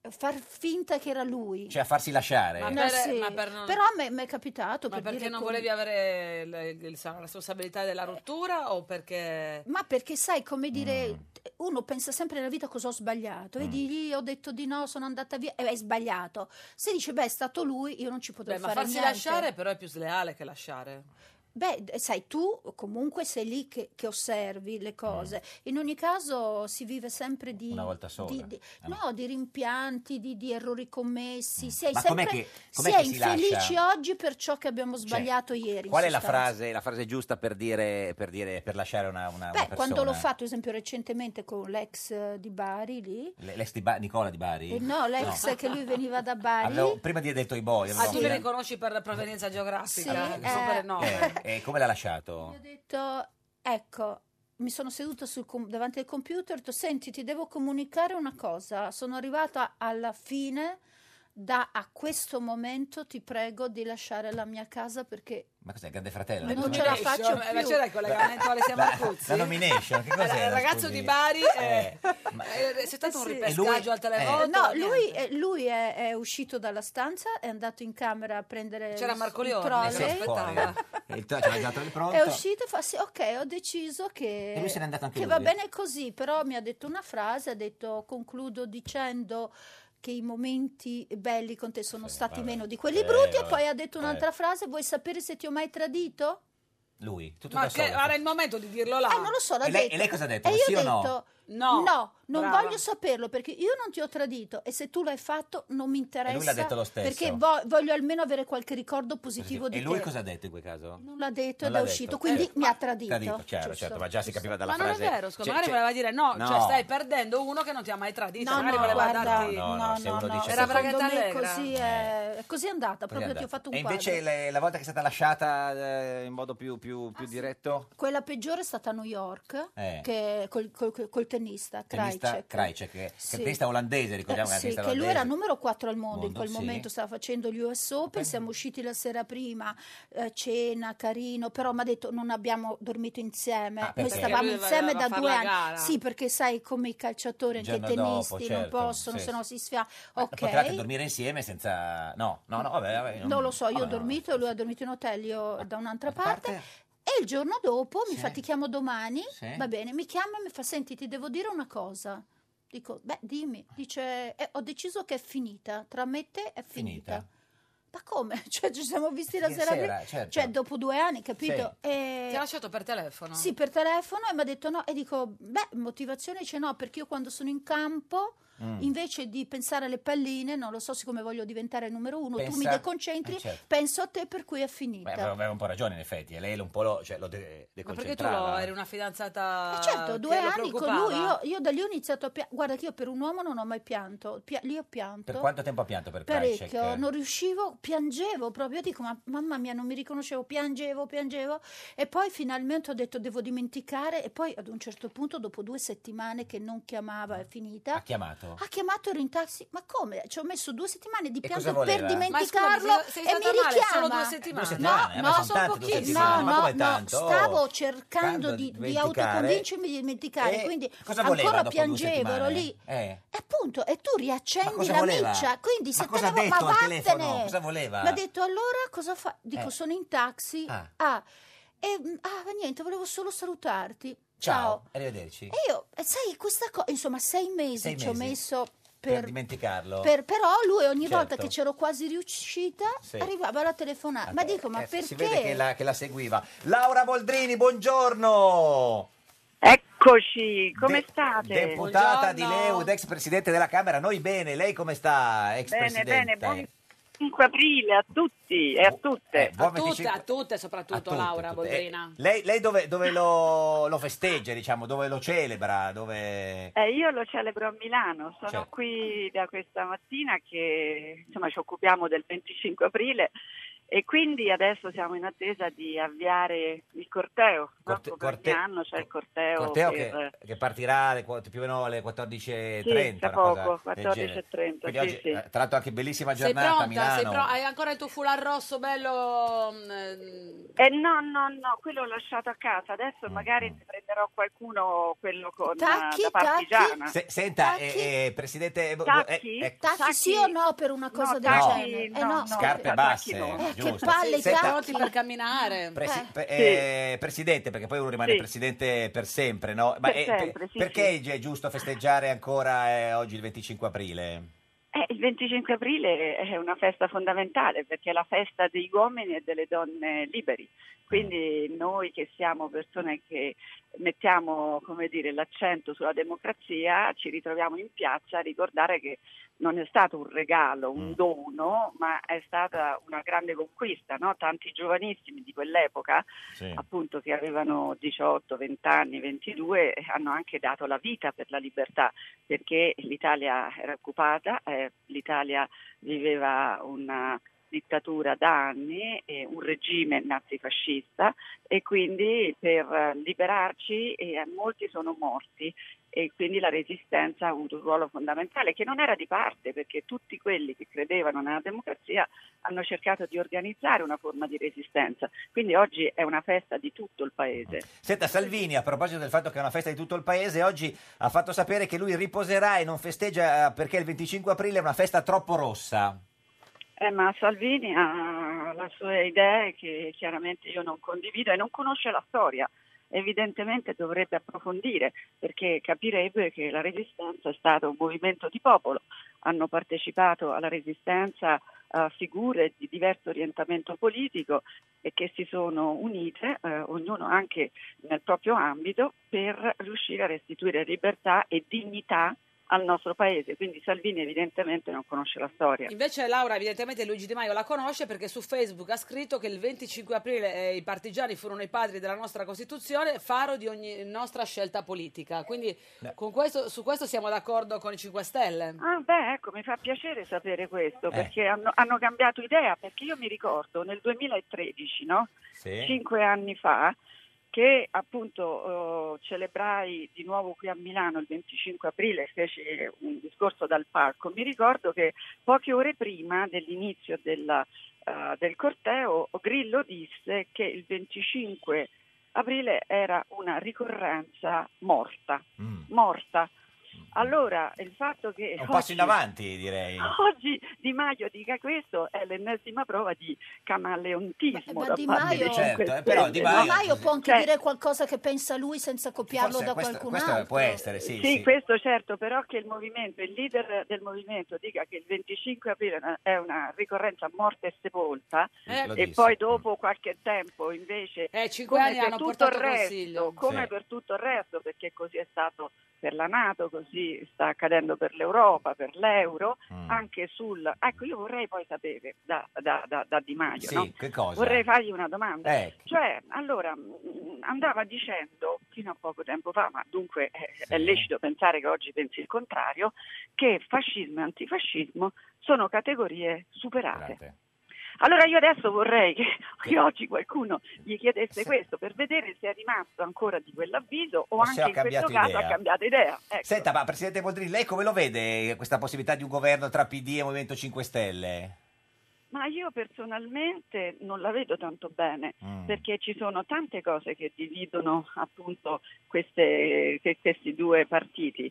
far finta che era lui. Cioè a farsi lasciare. Ma No, per- sì. ma per non- Però mi è capitato Ma per perché dire non come- volevi avere le- le- la responsabilità della rottura o perché... Ma perché sai, come dire, Mm. uno pensa sempre nella vita cosa ho sbagliato. Vedi, gli ho detto di no, sono andata via, e hai sbagliato. Se dice, beh, è stato lui, io non ci potrò Beh, ma fare farsi niente. lasciare però è più sleale che lasciare. Beh, d- sai, tu comunque sei lì che, che osservi le cose. In ogni caso si vive sempre di... Una volta sola. di- di- Ah, no, di rimpianti, di, di errori commessi. Si è Ma com'è sempre che- com'è si è che si infelici lascia? oggi per ciò che abbiamo sbagliato ieri. in Qual è la sostanza. frase, la frase giusta per dire, per dire, per lasciare una, una, una Beh, persona? quando l'ho fatto, ad esempio, recentemente con l'ex eh, di Bari lì. L- L'ex di Ba- Nicola di Bari? Eh, no, l'ex che lui veniva da Bari. Avevo- prima di aver detto i boy. Ah, tu li riconosci per riconosci geografica? Sì, Che sono per il nome. Eh, eh, come l'ha lasciato? Ho detto, ecco, mi sono seduta sul com- davanti al computer e ho detto, senti, ti devo comunicare una cosa. Sono arrivata alla fine, da a questo momento ti prego di lasciare la mia casa perché Ma cos'è, Grande Fratello? non ce la faccio Eh, ma più. c'era il collegamento Alessia Marcuzzi? La nomination, che cos'era? Il ragazzo scusi? di Bari Eh, eh, eh, c'è stato un Sì. ripescaggio al televoto? Eh, no, niente? lui, è, lui è, è uscito dalla stanza, è andato in camera a prendere C'era il- Marco il Liorni, trolley. si aspettava. Il tra- c'era già il pronto. È uscito e fa sì, ok, ho deciso che, E lui se n'è andato anche che lui? va bene così, però mi ha detto una frase, ha detto, concludo dicendo che i momenti belli con te sono stati vabbè. meno di quelli Eh, brutti, e vabbè. poi ha detto Eh. un'altra frase, vuoi sapere se ti ho mai tradito? Lui, tutto Ma da che solo. era il momento di dirlo là. Eh, non lo so, l'ha E lei- detto. e lei cosa ha detto? E io Sì ho o no? detto, No. non Brava. voglio saperlo perché io non ti ho tradito e se tu l'hai fatto non mi interessa. E lui l'ha detto lo stesso. Perché vo- voglio almeno avere qualche ricordo positivo di E lui te. cosa ha detto in quel caso? Non l'ha detto Non ed è l'ha uscito, detto. quindi Eh, mi ha tradito. Tradito, certo, Giusto. certo, ma già si capiva dalla Ma non è frase. vero, scusa, C'è- magari c'è- voleva dire no, No. cioè stai perdendo uno che non ti ha mai tradito, No, magari no, voleva guarda, darti... No, no, se uno dice Era così. Braghetta Secondo me Allegra. così è, è così è andata, proprio Cos'è ti ho andato? fatto un E quadro. invece le- la volta che è stata lasciata eh, in modo più, più, più diretto? Quella peggiore è stata a New York, Eh. che, col, col- col tennista, Tennista Krajicek. Krajicek, che, che Sì. è tennista olandese, ricordiamo Eh, che è sì, tennista che lui olandese. era numero quattro al mondo, in Mondo, quel sì. momento stava facendo gli U S Open, siamo usciti la sera prima, eh, cena, carino, però mi ha detto non abbiamo dormito insieme, Ah, noi perché? stavamo Lui insieme voleva da far due la anni, gara. sì perché sai come i calciatori, Il anche i giorno tennisti dopo, non certo, possono, sì, se no sì. si sfia, Ma ok. potevate dormire insieme senza... No, no, no, vabbè, vabbè, Non lo so, io ho vabbè, no. dormito e lui ha dormito in hotel, io da un'altra A parte. parte- E il giorno dopo mi Sì. fa ti chiamo domani, Sì. va bene, mi chiama e mi fa senti ti devo dire una cosa. Dico, beh dimmi, dice "Eh, ho deciso che è finita, tra me e te è finita. Finita. Ma come? Cioè ci siamo visti la Che sera, sera, prima? certo. Cioè dopo due anni, capito? Sì. E... Ti ha lasciato per telefono? Sì, per telefono e mi ha detto no e dico, beh, motivazione dice no, perché io quando sono in campo Mm. invece di pensare alle palline, non lo so, siccome voglio diventare il numero uno, tu mi Pensa- deconcentri, eh, certo. penso a te per cui è finita. Beh, aveva aveva un po' ragione in effetti, e lei un po' lo, cioè, lo de- Ma perché tu deconcentrava. lo- eri una fidanzata Eh, certo, che due lo anni con preoccupava? lui, io, io da lì ho iniziato a piangere, guarda che io per un uomo non ho mai pianto, Pia- lì ho pianto. Per quanto tempo ha pianto per Parecchio, Krajicek? non riuscivo, piangevo proprio, io dico ma mamma mia non mi riconoscevo, piangevo, piangevo e poi finalmente ho detto devo dimenticare e poi ad un certo punto dopo due settimane che non chiamava è finita, Ha chiamato? ha chiamato, ero in taxi, ma come? Ci ho messo due settimane di E pianto cosa per voleva? dimenticarlo Ma scusa, sei e mi stata male richiama. solo due settimane? Due settimane? Eh, ma No, sono no, tante due pochissimo. settimane, No, ma come no, tanto? stavo cercando Cercando di, di di dimenticare. autoconvincermi di dimenticare, E quindi cosa voleva ancora dopo due piangevo, ero settimane? lì. Eh. E appunto, e tu Ma riaccendi cosa la voleva? miccia, quindi Ma se cosa ha te ne detto ma al telefono? vattene. Cosa voleva? Mi ha detto allora cosa fa? Dico Eh. sono in taxi. Ah. Ah. E mm, ah, ma niente, volevo solo salutarti. Ciao, Ciao. arrivederci. E io, e sai, questa cosa, insomma, sei mesi Sei ci ho mesi messo Per, per, dimenticarlo? per- però lui ogni volta Certo. che c'ero quasi riuscita Sì. arrivava la telefonata. Ma dico, ma Eh, perché? Si vede che la, che la seguiva. Laura Boldrini, buongiorno! Eccoci, come De- state? Deputata di Buongiorno. Leud, ex presidente della Camera. Noi bene, lei come sta, ex Bene, presidente? bene, buon cinque aprile a tutti e a tutte. Eh, buon A tutte, venticinque a tutte soprattutto, a tutte, Laura tutte. Boldrina. Eh, lei lei dove, dove lo, lo festeggia, diciamo, dove lo celebra? Dove... Eh, io lo celebro a Milano, sono Certo. qui da questa mattina che insomma ci occupiamo del venticinque aprile E quindi adesso siamo in attesa di avviare il corteo. Corte- Dopo corte- ogni anno c'è il corteo, Corteo per... che, che partirà alle, qu- più o meno alle quattordici e Sì, trenta. tra una poco, cosa del quattordici genere. e trenta, Quindi sì, oggi, sì. eh, tra l'altro anche bellissima Sei giornata a pronta? Sei Milano. pro- hai ancora il tuo foulard rosso bello? mm, eh, Eh, no, no, no, quello l'ho lasciato a casa, Mm, adesso magari ne prenderò qualcuno, quello con Tacchi, da partigiana. Se- senta, eh, eh, Presidente... eh, Tacchi? eh, Tacchi sì o no per una cosa No, del tacchi, genere? Eh, no, no, no. Scarpe no, basse, tacchi no. Eh, che giusto. palle i Senta, pronti per camminare? Presi- Eh. pe- eh, Presidente, perché poi uno rimane Sì. Presidente per sempre, no? Ma Per eh, sempre, sì, perché è giusto festeggiare ancora eh, oggi il venticinque aprile? Eh, il venticinque aprile è una festa fondamentale perché è la festa degli uomini e delle donne liberi. Quindi noi che siamo persone che mettiamo, come dire, l'accento sulla democrazia, ci ritroviamo in piazza a ricordare che non è stato un regalo, un dono, ma è stata una grande conquista, no? Tanti giovanissimi di quell'epoca, Sì. appunto che avevano diciotto, venti anni, ventidue, hanno anche dato la vita per la libertà, perché l'Italia era occupata, eh, l'Italia viveva una dittatura da anni, eh, un regime nazifascista e quindi per liberarci eh, molti sono morti e quindi la resistenza ha avuto un ruolo fondamentale che non era di parte perché tutti quelli che credevano nella democrazia hanno cercato di organizzare una forma di resistenza, quindi oggi è una festa di tutto il paese. Senta, Salvini, a proposito del fatto che è una festa di tutto il paese, oggi ha fatto sapere che lui riposerà e non festeggia eh, perché il venticinque aprile è una festa troppo rossa. Eh, ma Salvini ha le sue idee che chiaramente io non condivido e non conosce la storia. Evidentemente dovrebbe approfondire perché capirebbe che la resistenza è stato un movimento di popolo. Hanno partecipato alla resistenza uh, figure di diverso orientamento politico e che si sono unite, eh, ognuno anche nel proprio ambito, per riuscire a restituire libertà e dignità al nostro paese, quindi Salvini evidentemente non conosce la storia. Invece Laura evidentemente Luigi Di Maio la conosce perché su Facebook ha scritto che il venticinque aprile eh, i partigiani furono i padri della nostra Costituzione, faro di ogni nostra scelta politica, quindi con questo, su questo siamo d'accordo con i cinque Stelle. Ah beh, ecco, mi fa piacere sapere questo, Eh. perché hanno, hanno cambiato idea, perché io mi ricordo nel duemilatredici, no? Sì. Cinque anni fa, che appunto eh, celebrai di nuovo qui a Milano il venticinque aprile, feci un discorso dal palco. Mi ricordo che poche ore prima dell'inizio della, eh, del corteo Grillo disse che il venticinque aprile era una ricorrenza morta, Mm. morta. Allora il fatto che È un passo oggi- in avanti, direi. Oggi Di Maio dica questo è l'ennesima prova di camaleontismo. Ma da Di parte Maio, dei cinque Certo, eh, però Stelle, Di no? Maio- Di Maio può anche Cioè, dire qualcosa che pensa lui senza copiarlo Forse da questo- qualcun questo altro. può essere, sì, Sì, sì. questo certo, però che il movimento, il leader del movimento dica che il venticinque aprile è una ricorrenza morta e sepolta Eh, lo e disse. poi dopo qualche tempo invece Eh, cinque come anni per hanno tutto portato il resto, consiglio. come Sì. per tutto il resto, perché così è stato per la NATO, così sta accadendo per l'Europa, per l'euro, Mm. anche sul... Ecco, io vorrei poi sapere da, da, da, da Di Maio, Sì, no? che cosa? Vorrei fargli una domanda. Ecco. Cioè, allora, mh, andava dicendo fino a poco tempo fa, ma dunque è, è lecito pensare che oggi pensi il contrario, che fascismo e antifascismo sono categorie superate. Scusate. Allora io adesso vorrei che, che oggi qualcuno gli chiedesse Sì. questo per vedere se è rimasto ancora di quell'avviso o, O se anche ha in questo cambiato caso idea. ha cambiato idea. Ecco. Senta, ma Presidente Boldrini, lei come lo vede questa possibilità di un governo tra P D e Movimento cinque Stelle? Ma io personalmente non la vedo tanto bene, Mm. perché ci sono tante cose che dividono appunto queste, que- questi due partiti,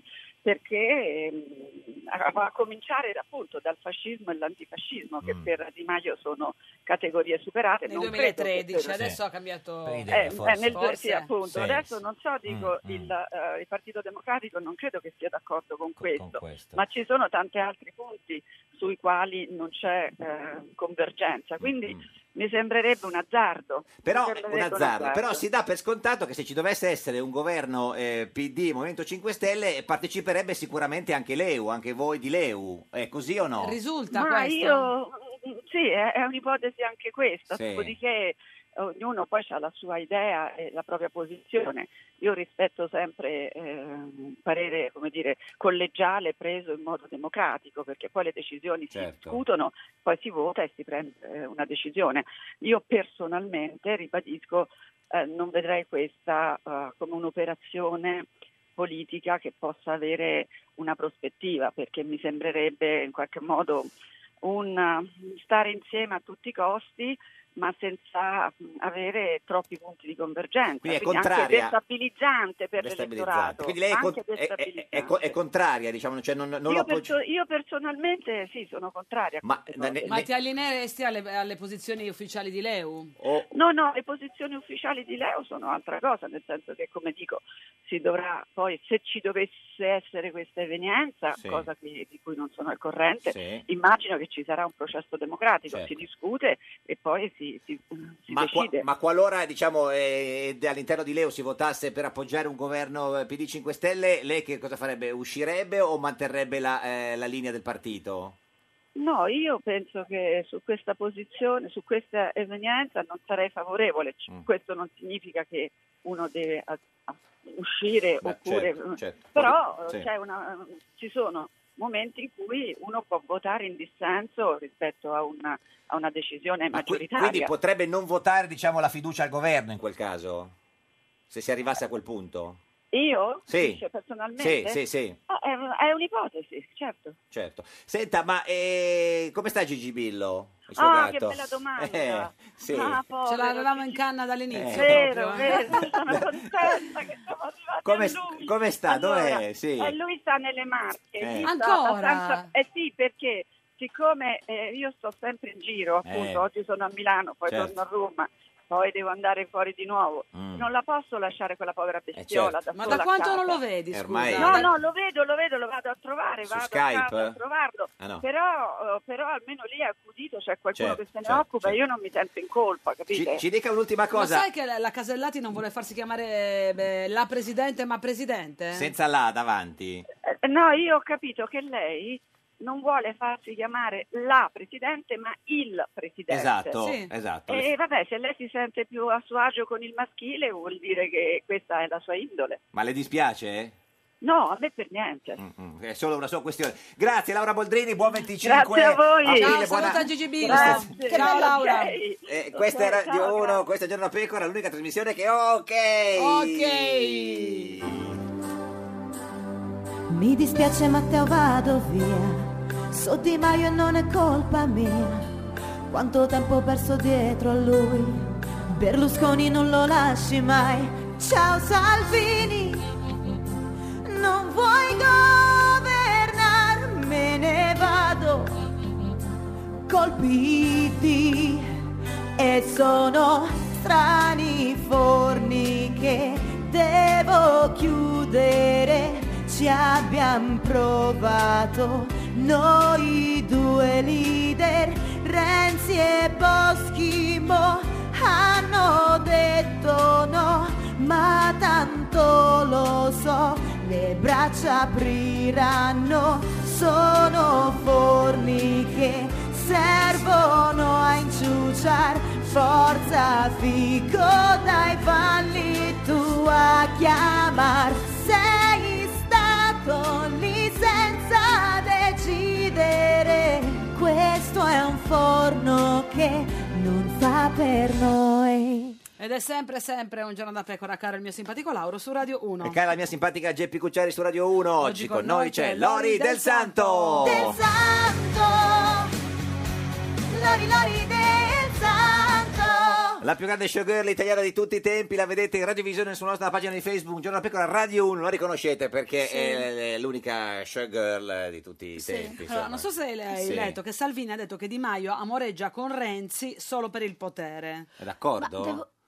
perché ehm, a, a cominciare appunto dal fascismo e l'antifascismo, che Mm. per Di Maio sono categorie superate. Nel non credo che duemilatredici, per- adesso ha cambiato Per idea, Eh, forse. eh, nel- Forse. sì, appunto. Sì, Adesso sì. non so, dico, Mm, mm. il, eh, il Partito Democratico non credo che sia d'accordo con questo, con questo. ma ci sono tanti altri punti sui quali non c'è eh, convergenza, quindi Mm. mi sembrerebbe un azzardo. Però, Mi un sembrerebbe azzardo. Però si dà per scontato che se ci dovesse essere un governo eh, P D Movimento cinque Stelle parteciperebbe sicuramente anche l'E U, anche voi di l'E U. È così o no? Risulta Ma questo? io, sì, è, è un'ipotesi anche questa, Sì. dopodiché ognuno poi ha la sua idea e la propria posizione. Io rispetto sempre eh, un parere, come dire, collegiale preso in modo democratico, perché poi le decisioni Certo. si discutono, poi si vota e si prende eh, una decisione. Io personalmente, ribadisco, eh, non vedrei questa eh, come un'operazione politica che possa avere una prospettiva, perché mi sembrerebbe in qualche modo un uh, stare insieme a tutti i costi, ma senza mh, avere troppi punti di convergenza. Quindi è anche contraria- destabilizzante per Destabilizzante. l'elettorato. Quindi lei è, con- anche è- è- destabilizzante. è co- è contraria, diciamo, cioè non, non lo io, appoggia. perso- io personalmente sì, sono contraria a Ma, queste cose. ne- Ma ti allineeresti alle, alle posizioni ufficiali di Leu? o- No, no, le posizioni ufficiali di Leo sono altra cosa, nel senso che, come dico, si dovrà poi, se ci dovesse essere questa evenienza, Sì. cosa che- di cui non sono al corrente, Sì. immagino che ci sarà un processo democratico, Certo. si discute e poi si, si, si Ma, qua- decide. ma qualora diciamo eh, all'interno di Leo si votasse per appoggiare un governo eh, P D cinque Stelle, lei che cosa farebbe? Uscirebbe o manterrebbe la, eh, la linea del partito? No, io penso che su questa posizione, su questa evenienza non sarei favorevole. C- Mm. Questo non significa che uno deve a- a- uscire Beh, oppure... certo, certo. Però Sì. c'è una, ci sono momenti in cui uno può votare in dissenso rispetto a una, a una decisione Ma qui- maggioritaria. quindi potrebbe non votare diciamo la fiducia al governo in quel caso? Se si arrivasse a quel punto? Io? Sì. Dice personalmente? Sì, sì, sì. Ah, è, è un'ipotesi, certo. Certo. Senta, ma eh, come sta Gigi Billo? Il suo Ah, che gatto? bella domanda. Eh, sì. Ah, Ce povero, l'avevamo in canna dall'inizio. Eh. Vero, proprio, eh. vero, sono contenta che siamo arrivati Come, a st- lui. come sta? Allora, Dov'è? Sì. eh, lui sta nelle Marche. Eh. Lui sta Ancora? abbastanza- Eh sì, perché siccome eh, io sto sempre in giro, appunto, Eh. oggi sono a Milano, poi Certo. torno a Roma, poi devo andare fuori di nuovo. Mm. Non la posso lasciare quella povera bestiola certo. da Ma sola da a quanto casa. non lo vedi, Eh, scusa? ormai- No, Da- no, lo vedo, lo vedo, lo vado a trovare, Su vado Skype? a casa a trovarlo. Ah, no. Però, eh, però almeno lì è accudito, c'è qualcuno Certo, che se ne certo, occupa e io non mi sento in colpa, capite? Ci, ci dica un'ultima Ma cosa, sai che la la Casellati non vuole farsi chiamare beh, la presidente ma presidente? senza la davanti. Eh, no, io ho capito che lei non vuole farsi chiamare la Presidente, ma il Presidente. Esatto, Sì. esatto. E vabbè, se lei si sente più a suo agio con il maschile, vuol dire che questa è la sua indole. Ma le dispiace? No, a me per niente. Mm, È solo una sua questione. Grazie Laura Boldrini, buon venticinque Grazie a voi. aprile, Ciao, buona- saluta Gigi Billo. Grazie. Ciao Laura. Ok. Eh, questa è Ok, Radio ciao, uno, grazie. questa è Giorno da Pecora, l'unica trasmissione che ok. Ok. Mi dispiace Matteo, vado via. So Di Maio e non è colpa mia. Quanto tempo ho perso dietro a lui. Berlusconi non lo lasci mai. Ciao Salvini, non vuoi governare, me ne vado. Colpiti e sono strani forni che devo chiudere. Ci abbiamo provato noi due leader, Renzi e Boschi, mo hanno detto no, ma tanto lo so, le braccia apriranno, sono forni che servono a inciuciar, forza fico dai falli tu a chiamar, sei stato lì senza decidere, questo è un forno che non fa per noi. Ed è sempre, sempre un giorno da pecora, caro il mio simpatico Lauro, su Radio uno. E cara la mia simpatica Geppi Cucciari su Radio uno, oggi, Oggi con, con noi noi c'è c'è Lori Lori del del Santo. Del Santo, Lori Lori del Santo. La più grande showgirl italiana di tutti i tempi, la vedete in radiovisione sulla nostra pagina di Facebook, Un giorno da pecora Radio uno, la riconoscete perché Sì. è l'unica showgirl di tutti i Sì. tempi. Allora, insomma. non so se hai Sì. letto che Salvini ha detto che Di Maio amoreggia con Renzi solo per il potere. È d'accordo? Ma devo-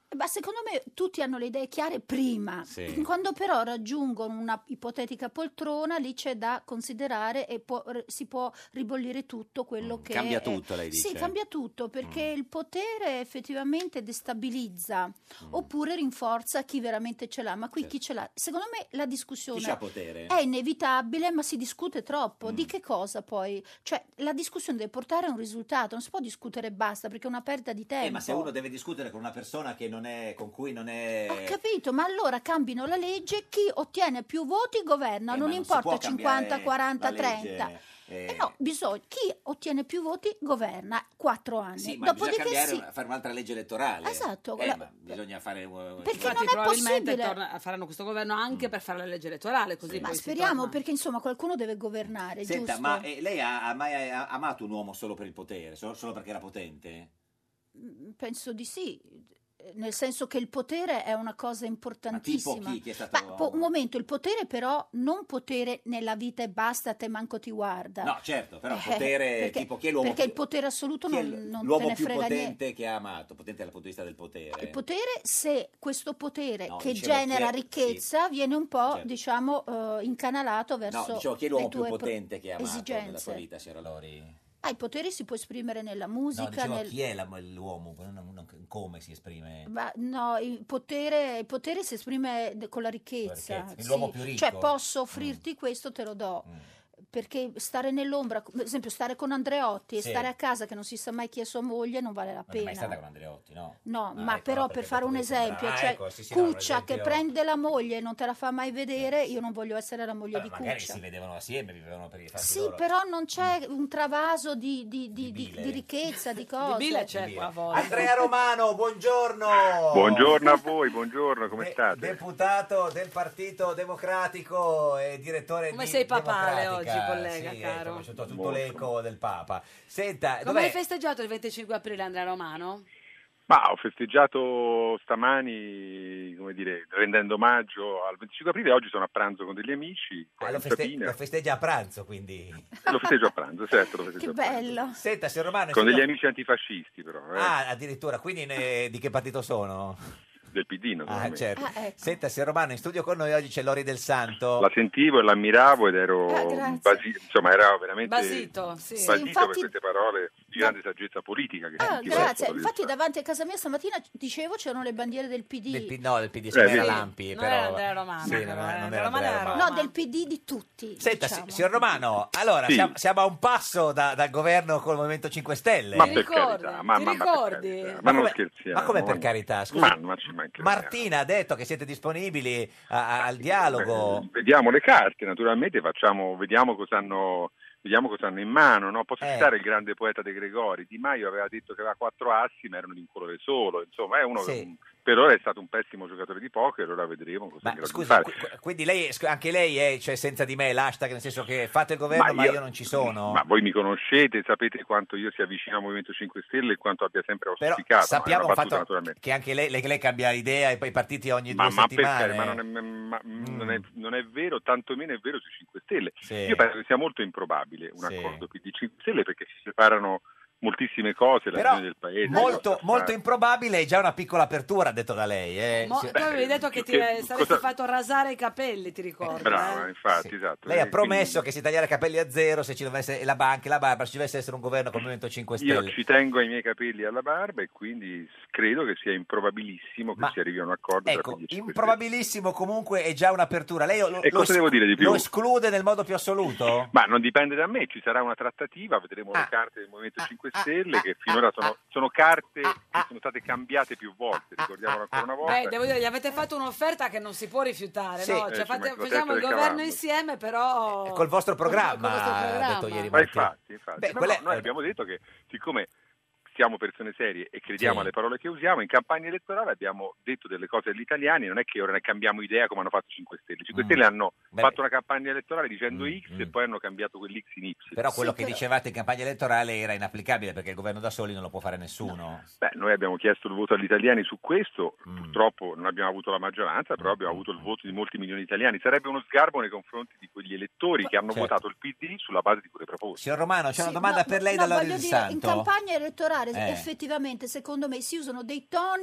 Ma secondo me tutti hanno le idee chiare prima, Sì. quando però raggiungono una ipotetica poltrona, lì c'è da considerare e può- si può ribollire tutto quello che cambia è- tutto, lei dice. Sì, cambia tutto, perché il potere effettivamente destabilizza Mm. oppure rinforza chi veramente ce l'ha, ma qui chi ce l'ha? Secondo me la discussione Chi c'ha potere? è inevitabile, ma si discute Mm. troppo. Di che cosa poi? Cioè, la discussione deve portare a un risultato, non si può discutere e basta, perché è una perdita di tempo. Eh, ma se uno deve discutere con una persona che non è, con cui non è... Ho capito, ma allora cambino la legge, chi ottiene più voti governa, Eh, non ma non si importa può cambiare cinquanta, quaranta, la legge, trenta. eh. Eh no, bisogna, chi ottiene più voti governa quattro anni. Sì, ma bisogna Dopodiché cambiare, sì. una- fare un'altra legge elettorale. Esatto, Eh, la- ma bisogna fare... uh, Perché Infatti non è probabilmente possibile. torna- faranno questo governo anche per fare la legge elettorale, così Ma poi si speriamo, torna- perché insomma qualcuno deve governare, Senta, giusto? ma eh, lei ha, ha mai ha- amato un uomo solo per il potere, solo, solo perché era potente? Mm, Penso di sì, eh, nel senso che il potere è una cosa importantissima. chi? Chi è stato- Ma po- un momento, il potere però non potere nella vita e basta, te manco ti guarda. No, certo, però Eh, potere, perché, tipo chi è l'uomo, perché il più- potere assoluto chi è non, l- non te l'uomo ne più frega niente. potente che ha amato, potente dal punto di vista del potere? Il potere, se questo potere No, che dicevo, genera chi è- ricchezza viene un po', Certo. diciamo, eh, incanalato verso No, dicevo, chi è le l'uomo più tue pro- potente che ha amato nella esigenze. sua vita, signora Lori? Ah, il potere si può esprimere nella No, musica, dicevo, nel... chi è la- l'uomo, non- non- come si esprime? Ma no, il potere, il potere si esprime de- con la ricchezza. ricchezza, l'uomo sì. più ricco. Cioè, posso offrirti questo, te lo do. Perché stare nell'ombra, per esempio stare con Andreotti e Sì. stare a casa che non si sa mai chi è sua moglie, non vale la Non è pena. mai stata con Andreotti, no? No, Ah, ma ecco, però no, per perché fare un questo- esempio, ah, cioè ecco, sì, sì, no, un Cuccia che esempio- prende la moglie e non te la fa mai vedere, io non voglio essere la moglie Vabbè, di magari Cuccia. si vedevano assieme, vivevano per i fatti Sì, loro. però non c'è un travaso di, di- di- di- bile. di ricchezza, di cose. bile c'è a volte. Andrea Romano, buongiorno! Buongiorno a voi, buongiorno, come De- state? Deputato del Partito Democratico e direttore Come di sei papale Democratica. oggi, collega, Sì, caro? ecco, tutto, tutto l'eco del Papa. Senta, Come dov'è? hai festeggiato il venticinque aprile, Andrea Romano? Ma ho festeggiato stamani, come dire, rendendo omaggio al venticinque aprile, oggi sono a pranzo con degli amici, Ah, lo, in feste- Sabina. lo festeggia a pranzo, quindi. Lo festeggio a pranzo, certo, lo festeggio Che a pranzo. bello. Senta, signor Romano, Con studio- degli amici antifascisti però, eh, Ah, addirittura, quindi ne- di che partito sono? del P D Ah, naturalmente. certo. Ah, ecco. Senta, signor Romano, in studio con noi oggi c'è Lori del Santo. La sentivo e l'ammiravo ed ero Ah, grazie. basi- insomma, ero veramente Basito, sì. Sì, basito infatti- per queste parole di grande saggezza politica che Ah, sentivo grazie. da Lori del Infatti davanti a casa mia stamattina dicevo c'erano le bandiere del P D. Del P- no, del P D, Eh, se era sì. Lampi, Non però. era Andrea Romano, Sì, però, non, eh, non Andrea era Romano Andrea era Romano. No, del P D di tutti. Senta, diciamo. si- signor Romano, allora Sì. siamo, siamo a un passo da- dal governo col Movimento cinque Stelle. Ma Ti per ricordi? carità, ma, Ti ma- ma per ricordi? carità, Ma ma non come- scherziamo. ma come per carità, scusi? Ma, ma ci mancherebbe. Martina ha detto che siete disponibili a- a- al dialogo. Eh, vediamo le carte, naturalmente, facciamo, vediamo cosa hanno, vediamo cosa hanno in mano. No? Posso Eh. citare il grande poeta De Gregori. Di Maio aveva detto che aveva quattro assi, ma erano di un colore solo. Insomma, è uno Sì. che per ora è stato un pessimo giocatore di poker, ora vedremo cosa è Ma in grado scusi, di fare. qu- quindi lei, scu- anche lei è cioè, senza di me l'hashtag, nel senso che fate il governo ma io, non ci sono? Ma voi mi conoscete, sapete quanto io sia vicino al Movimento cinque Stelle e quanto abbia sempre Però auspicato. sappiamo è una un battuta, fatto naturalmente. che anche lei, lei, lei cambia idea e poi i partiti ogni Ma, due ma perché? settimane. Ma non è, ma- non, è, non è vero, tantomeno è vero sui cinque Stelle. Sì. Io penso che sia molto improbabile un Sì. accordo P D cinque Stelle perché si separano moltissime cose, la Però visione del paese. molto, cosa molto fare. improbabile è già una piccola apertura, detto da lei. Eh. Mo- Sì. tu avevi detto che ti che- saresti cosa- fatto rasare i capelli, ti ricordi? Brava, eh? infatti, Sì. esatto. Lei ha Eh, promesso quindi che si taglierà i capelli a zero se ci dovesse, e la banca e la Barbara, se ci dovesse essere un governo con il Movimento cinque Io Stelle. ci tengo ai miei capelli e alla barba e quindi credo che sia improbabilissimo che Ma- si arrivi a un accordo tra Ecco, P D e cinque improbabilissimo comunque è già un'apertura. Lei lo, E lo cosa devo dire di più? lo esclude nel modo più assoluto? Ma non dipende da me, ci sarà una trattativa, vedremo Ah. le carte del Movimento cinque Stelle che finora sono, sono carte che sono state cambiate più volte, ricordiamolo ancora una volta. Beh, devo dire, gli avete fatto un'offerta che non si può rifiutare, Sì. no? Eh, Cioè, ci fate- manca la facciamo testa il del governo cavallo. insieme, però... Col vostro programma, Col vostro ha programma. detto ieri Ma Martina. infatti, infatti. Beh, No, quella- no, noi abbiamo detto che siccome siamo persone serie e crediamo Sì. alle parole che usiamo, in campagna elettorale abbiamo detto delle cose agli italiani, non è che ora ne cambiamo idea come hanno fatto i cinque Stelle. I cinque Mm. Stelle hanno Beh. fatto una campagna elettorale dicendo Mm, X mm. e poi hanno cambiato quell'X in Y. Però quello Sì, che però- dicevate in campagna elettorale era inapplicabile perché il governo da soli non lo può fare nessuno. Beh, noi abbiamo chiesto il voto agli italiani su questo, Mm. purtroppo non abbiamo avuto la maggioranza, però abbiamo avuto il voto di molti milioni di italiani. Sarebbe uno sgarbo nei confronti di quegli elettori che hanno Certo. votato il P D sulla base di quelle proposte. Signor Romano, c'è Sì, una domanda no, per lei no, da Lori voglio del dire, Santo. in campagna elettorale Eh. effettivamente secondo me si usano dei toni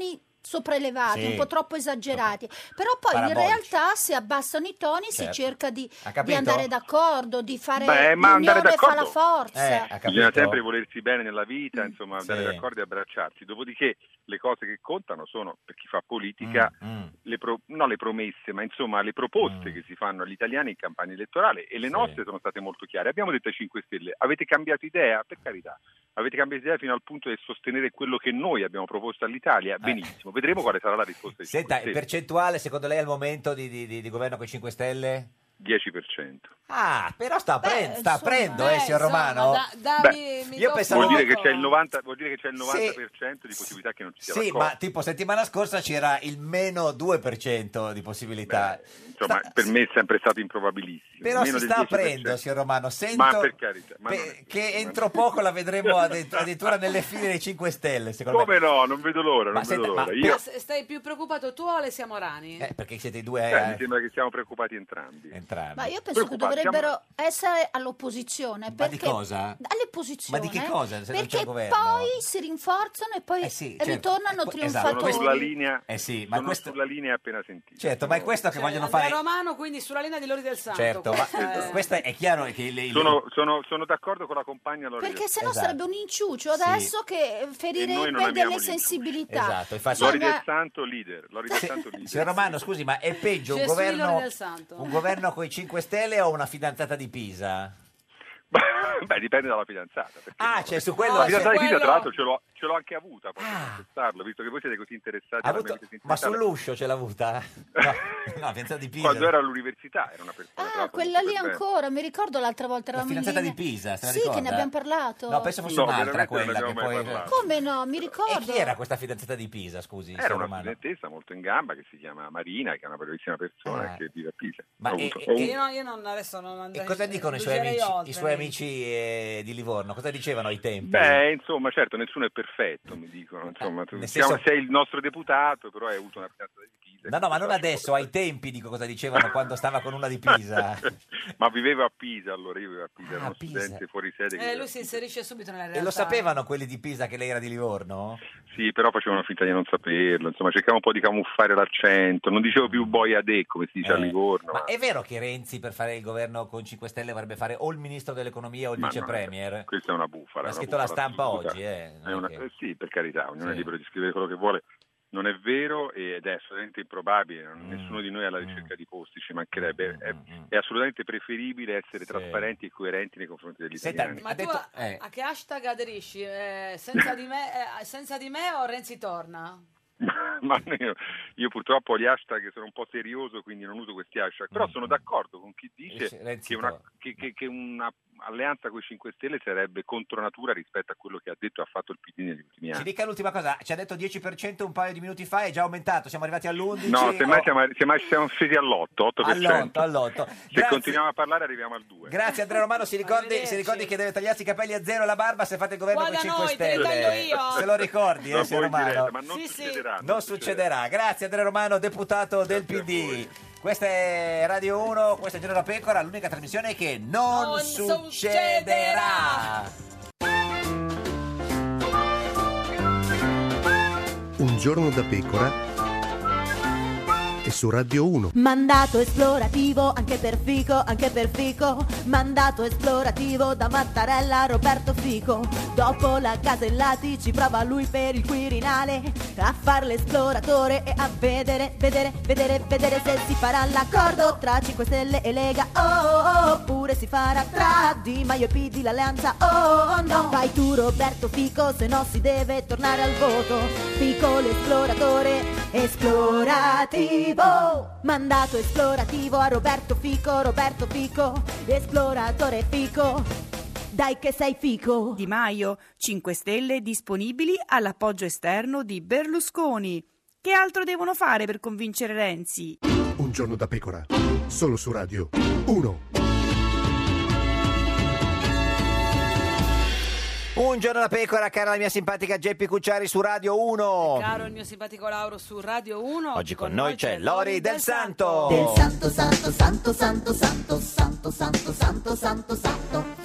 sopraelevati, Sì. un po' troppo esagerati, però poi in Parabolici. realtà se abbassano i toni Certo. si cerca di, Ha di capito? andare d'accordo, di fare Beh, ma andare l'unione fa la d'accordo. forza. Eh, ha capito? Bisogna sempre volersi bene nella vita, insomma, andare Sì. d'accordo e abbracciarsi. Dopodiché le cose che contano sono, per chi fa politica, Mm, le pro- non le promesse, ma insomma le proposte che si fanno agli italiani in campagna elettorale, e le Sì. nostre sono state molto chiare. Abbiamo detto ai cinque Stelle: avete cambiato idea? Per carità. Avete cambiato idea fino al punto di sostenere quello che noi abbiamo proposto all'Italia? Benissimo, vedremo quale sarà la risposta dei Senta, cinque il Stelle. percentuale secondo lei al momento di, di- di- di governo con i cinque Stelle? dieci per cento. Ah, però sta, Beh, pre- sta insomma, aprendo, Beh, eh, signor insomma, Romano? da- da- Beh, mi- mi io tocca pensavo- Vuol dire, che poco. c'è il novanta, vuol dire che c'è il Sì. novanta per cento di possibilità che non ci sia Sì, d'accordo. ma tipo settimana scorsa c'era il meno due per cento di possibilità. Beh, insomma, Sta- per me è sempre stato improbabilissimo. Però Meno si del sta dieci per cento. aprendo, signor Romano. Sento Ma per carità, ma pe- non è- che entro poco la vedremo addi- addirittura nelle file dei cinque Stelle, secondo Come me. no, non vedo l'ora, Ma non senta, vedo ma l'ora. per- Io, Ma s- stai più preoccupato tu o Alessia Morani? Eh, perché siete i due eh, eh, mi sembra che siamo preoccupati entrambi. entrambi. Ma io penso che Preoccupati, dovrebbero essere all'opposizione. Ma di perché- cosa? All'opposizione. Ma di che cosa, se non c'è Perché il governo? poi si rinforzano e poi Eh sì, certo. ritornano Eh, trionfatori. esatto. Sono sulla linea, Eh sì, ma sono questo... sulla linea appena sentita. Certo, ma è questo che Cioè, vogliono Andrea fare... Romano, quindi sulla linea di Lori del Santo. Certo, ma Questo è- questo è chiaro che il, il- Sono, sono, sono d'accordo con la compagna Lori Perché del sennò Esatto. sarebbe un inciucio Sì. adesso che E ferirebbe noi non delle amiamo gli inciuci. sensibilità. Esatto, infatti- Lori Bisogna- del Santo leader, Lori del Sì, Santo leader. signor Romano, scusi, ma è peggio un Gesù di governo, Lori del Santo. un governo con i cinque Stelle o una fidanzata di Pisa? Beh, dipende dalla fidanzata. perché Ah, no? cioè su quello... La Ah, fidanzata su di Pisa, quello- tra l'altro, ce l'ho, ce l'ho anche avuta, posso Ah. confessarlo, visto che voi siete così interessati Ha alla avuto- mia vita ma sentimentale. sull'uscio ce l'ha avuta? No, no, fidanzata di Pisa. Quando ero all'università era una persona. tra Ah, l'altro, quella molto lì per bene. ancora, mi ricordo l'altra volta La eravamo in fidanzata linea. di Pisa, se la Sì, ricorda? che ne abbiamo parlato. No, penso fosse No, un'altra veramente non quella che abbiamo mai poi... parlato. Come no, mi E ricordo. chi era questa fidanzata di Pisa, scusi? Era signor una Romano? studentessa molto in gamba che si chiama Marina, che è una bravissima persona Ah. che vive a Pisa. Ma Ho e- avuto- e- ho avuto- Io, no- io non, adesso non E andrei. cosa dicono i suoi brucerei amici, oltre, i suoi mi- amici eh, di Livorno? Cosa dicevano ai tempi? Beh, insomma, certo, nessuno è perfetto, mi dicono. Insomma, tu- nel siamo- senso- sei il nostro deputato, però hai avuto una fidanzata di Pisa. No, no, ma non adesso, ai tempi dico cosa dicevano quando stava con una di Pisa. Ma vivevo a Pisa, allora io vivevo a Pisa, Ah, ero uno Pisa. studente fuori sede. che Eh, viveva lui a si Pisa. inserisce subito nella realtà. E lo sapevano quelli di Pisa che lei era di Livorno? Sì, però facevano finta di non saperlo, insomma, cercavo un po' di camuffare l'accento, non dicevo più boia de, come si dice a Eh, Livorno. Ma è vero che Renzi per fare il governo con cinque Stelle vorrebbe fare o il ministro dell'economia o il Ma vice no, premier? Questa è una bufala. L'ha è una scritto la bufala stampa assoluta. oggi, eh, non È è una- che- eh, sì, per carità, ognuno Sì. è libero di scrivere quello che vuole. Non è vero ed è assolutamente improbabile, non- Mm. nessuno di noi è alla ricerca di posti, ci mancherebbe. È, è assolutamente preferibile essere Sì. trasparenti e coerenti nei confronti degli Senta, italiani. Ma Ha tu detto- a, eh. a che hashtag aderisci? Eh, senza, di me, eh, senza di me o Renzi torna? Ma io, io purtroppo gli hashtag sono un po' serioso, quindi non uso questi hashtag, però sono d'accordo con chi dice Dice Renzi che una, torna. che, che, che una alleanza con i cinque Stelle sarebbe contro natura rispetto a quello che ha detto e ha fatto il P D negli ultimi Ci anni. dica l'ultima cosa, ci ha detto dieci per cento un paio di minuti fa, è già aumentato, siamo arrivati all'undici. No, semmai o- siamo, semmai siamo scesi all'otto, otto per cento. all'otto, all'otto. Se Grazie. continuiamo a parlare arriviamo al due. Grazie Andrea Romano, si ricordi, Arrivederci. si ricordi che deve tagliarsi i capelli a zero e la barba se fate il governo Guarda con i cinque noi, te li Stelle. taglio io. Se lo ricordi, No, eh, signor voi in diretta, Romano. ma non Sì, sì. succederà. Non succederà. Grazie Andrea Romano, deputato del P D. Questa è Radio uno, questa è Giorno da Pecora, l'unica trasmissione che non, Non succederà. Un giorno da pecora e su Radio uno. Mandato esplorativo anche per Fico, anche per Fico. Mandato esplorativo da Mattarella a Roberto Fico. Dopo la Casellati ci prova lui per il Quirinale a far l'esploratore e a vedere, vedere, vedere, vedere se si farà l'accordo tra cinque Stelle e Lega. Oh, oh, oh, oppure si farà tra Di Maio e P D l'alleanza. Oh, oh no. Vai tu Roberto Fico, se no si deve tornare al voto. Fico l'esploratore esplorativo. Mandato esplorativo a Roberto Fico, Roberto Fico, esploratore Fico. Dai che sei fico. Di Maio, cinque Stelle disponibili all'appoggio esterno di Berlusconi. Che altro devono fare per convincere Renzi? Un giorno da pecora, solo su Radio uno. Un giorno da pecora, cara la mia simpatica Geppi Cucciari su Radio uno. Caro il mio simpatico Lauro su Radio uno. Oggi con noi c'è Lori del Santo. Del santo, santo, santo, santo, santo, santo, santo, santo, santo, santo.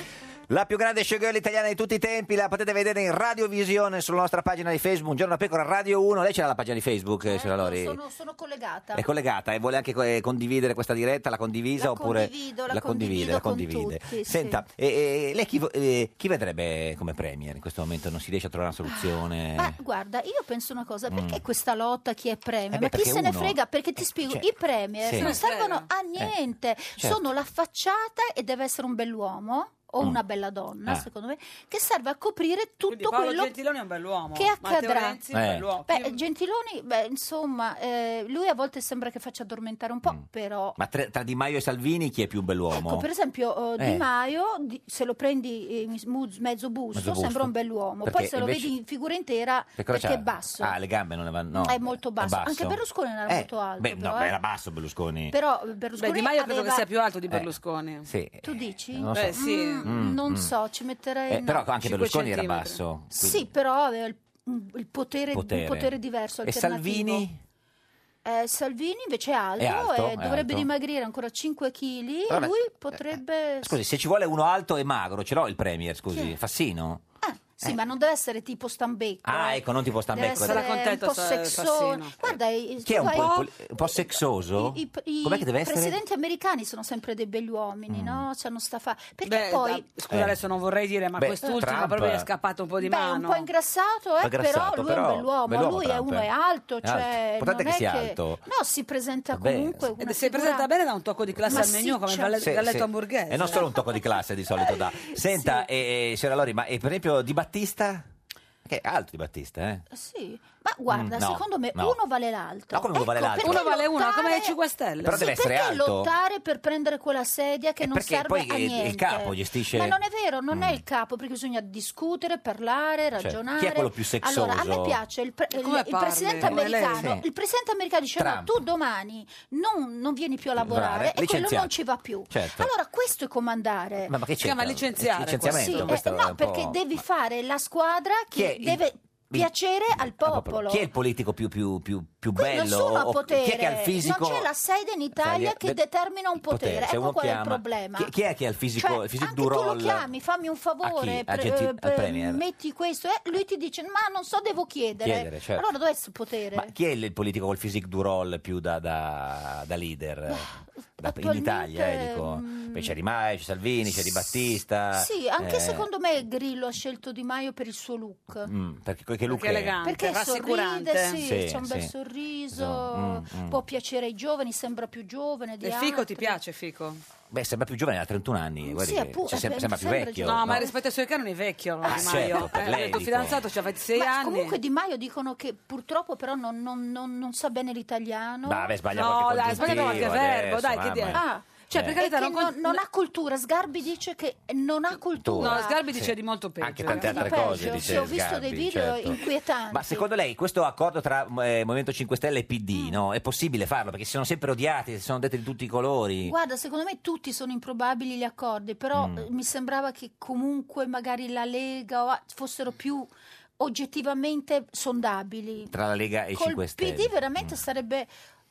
La più grande showgirl italiana di tutti i tempi, la potete vedere in radiovisione sulla nostra pagina di Facebook, Un giorno da pecora Radio uno. Lei ce l'ha la pagina di Facebook, eh, signora Lori? Sono, sono collegata. È collegata e vuole anche eh, condividere questa diretta? L'ha condivisa La oppure condivido, la la condivide? condivido La con condivide. tutti, sì. Senta, eh, eh, lei chi, vo- eh, chi vedrebbe come premier in questo momento? Non si riesce a trovare una soluzione? Ma guarda, io penso una cosa, perché Mm. questa lotta chi è premier? Eh beh, Ma chi perché se ne uno- frega? Perché ti spiego, cioè, i premier sì. non servono a niente, certo. sono la facciata e deve essere un bell'uomo o Mm. una bella donna, Ah. secondo me, che serve a coprire tutto Quindi Paolo quello Gentiloni è un bell'uomo. che Matteo accadrà. Renzi è un Eh. bell'uomo. Beh, Gentiloni, beh, insomma, eh, lui a volte sembra che faccia addormentare un po', però... Ma tra, tra Di Maio e Salvini chi è più bell'uomo? Ecco, per esempio, eh, Eh. Di Maio, di- se lo prendi eh, mu- mezzo busto, Mezzo busto. sembra un bell'uomo. Perché Poi se lo invece- vedi in figura intera, Che cosa perché c'ha? è basso. Ah, le gambe non le vanno. No, è molto basso. Anche Berlusconi non era Eh, molto alto. Beh, però, no, eh. beh, era basso Berlusconi. Però Berlusconi Beh, Di Maio credo aveva- che sia più alto di Eh. Berlusconi. Sì. Tu dici? Non lo so. Beh, sì. Mm, Mm, non mm. so, ci metterei... Eh, no. però anche cinque Berlusconi era centimetri. basso. Sì, però aveva il, il potere, Potere. un potere diverso, E alternativo. Salvini? Eh, Salvini invece è alto, È alto, e è dovrebbe alto. dimagrire ancora cinque chili e Vabbè, lui potrebbe... Scusi, se ci vuole uno alto e magro, ce l'ho il premier, scusi, Chi è? Fassino? Sì, ma non deve essere tipo Stambecco. Ah, eh. ecco, non tipo Deve Stambecco. essere Sarà contento un po' Sa- sexoso. Fassino. Guarda, i- Chi è un guarda, po', i- poli- un po' sexoso? I, i Com'è che deve essere? Mm. presidenti americani sono sempre dei begli uomini, no? C'hanno sta fa... Perché Beh, poi... da- scusa, Eh. adesso non vorrei dire, ma Beh, quest'ultimo Trump- proprio gli è scappato un po' di Beh, mano. un po' ingrassato, eh, Un po' ingrassato, però lui è però un bell'uomo. bell'uomo Lui è Trump, uno eh. è alto, È cioè alto. Importante non che è sia che... alto. No, si presenta Vabbè, comunque Ed una si presenta figura- bene da un tocco di classe Ma al sì, menù come il cioè- valle- Sì, galletto sì. hamburghese. E non solo un tocco di classe di solito dà. Senta, e, e, signora Lori, ma e, per esempio Di Battista? Che è alto Di Battista, eh? Sì, ma guarda, Mm, no, secondo me no. uno vale l'altro. No, come uno vale Ecco, l'altro? perché Uno vale uno, lottare- come i cinque Stelle. Però Sì, deve essere perché alto. lottare per prendere quella sedia che Eh, non perché serve poi a il- il niente. capo gestisce- Ma non è vero, non è Mm. il capo, perché bisogna discutere, parlare, Certo. ragionare. Chi è quello più sexoso? Allora, a me piace il, pre- il- Come il parli? presidente Come lei? americano. Sì. Il presidente americano dice: Trump. no, tu domani non, non vieni più a lavorare Lavorare, e quello licenziato. non ci va più. Certo. Allora, questo è comandare. Ma, ma che Si chiama c'entra? licenziare, Licenziamento, Sì, questo eh, è no, un po'- perché devi fare la squadra Chi è che il- deve piacere al al popolo. popolo. Chi è il politico più, più, più, più Qui bello? nessuno ha O- potere, Chi è che ha il fisico? non c'è la sede in Italia che de- determina un potere, Se ecco uno qual è il chiama- problema. Chi, chi è che ha il fisico, Cioè, il fisico anche tu lo Durol? chiami, fammi un favore, A chi? A pre- Genti- eh, al pre- Premier? metti questo, eh, lui ti dice ma non so, devo chiedere. Chiedere, certo. Allora dov'è il potere? Ma chi è il politico col physique Durol più da, da, da leader? Da- in attualmente, Italia, eh, dico. mm, Beh, c'è Di Maio, c'è Salvini, c'è Di Battista. Sì, anche eh, secondo me Grillo ha scelto Di Maio per il suo look. mm, perché che look Perché è? elegante, Perché rassicurante. sorride, sì, Sì, c'è un bel sì. sorriso, Mm, mm. può piacere ai giovani, sembra più giovane di E Fico altri. ti piace, Fico? Beh, sembra più giovane, ha trentuno anni. guardi Sì, che- appunto, cioè, sembra, eh, sembra più sembra vecchio. No, ma rispetto ai suoi canoni è vecchio, no, Ah, Di Maio. certo, per Eh, lei, il tuo dico. fidanzato c'ha ventisei Ma anni. comunque Di Maio dicono che purtroppo però non, non- non- non sa bene l'italiano. Vabbè, sbaglia No, qualche dai, sbagliato qualche congiuntivo verbo, adesso, dai, che mamma dire. mia. Ah, Cioè, Eh. per carità, È che non, non, non ha cultura. Sgarbi dice che non ha cultura. No, Sgarbi dice Sì. di molto peggio. Anche tante Anche di altre cose, peggio. dice Sì, ho visto Sgarbi, dei video certo. inquietanti. Ma secondo lei questo accordo tra eh, Movimento cinque Stelle e P D, Mm. no? È possibile farlo? Perché si sono sempre odiati, si sono detti di tutti i colori. Guarda, secondo me tutti sono improbabili gli accordi, però Mm. eh, mi sembrava che comunque magari la Lega o a- fossero più oggettivamente sondabili. Tra la Lega e i Col cinque Stelle. P D veramente sarebbe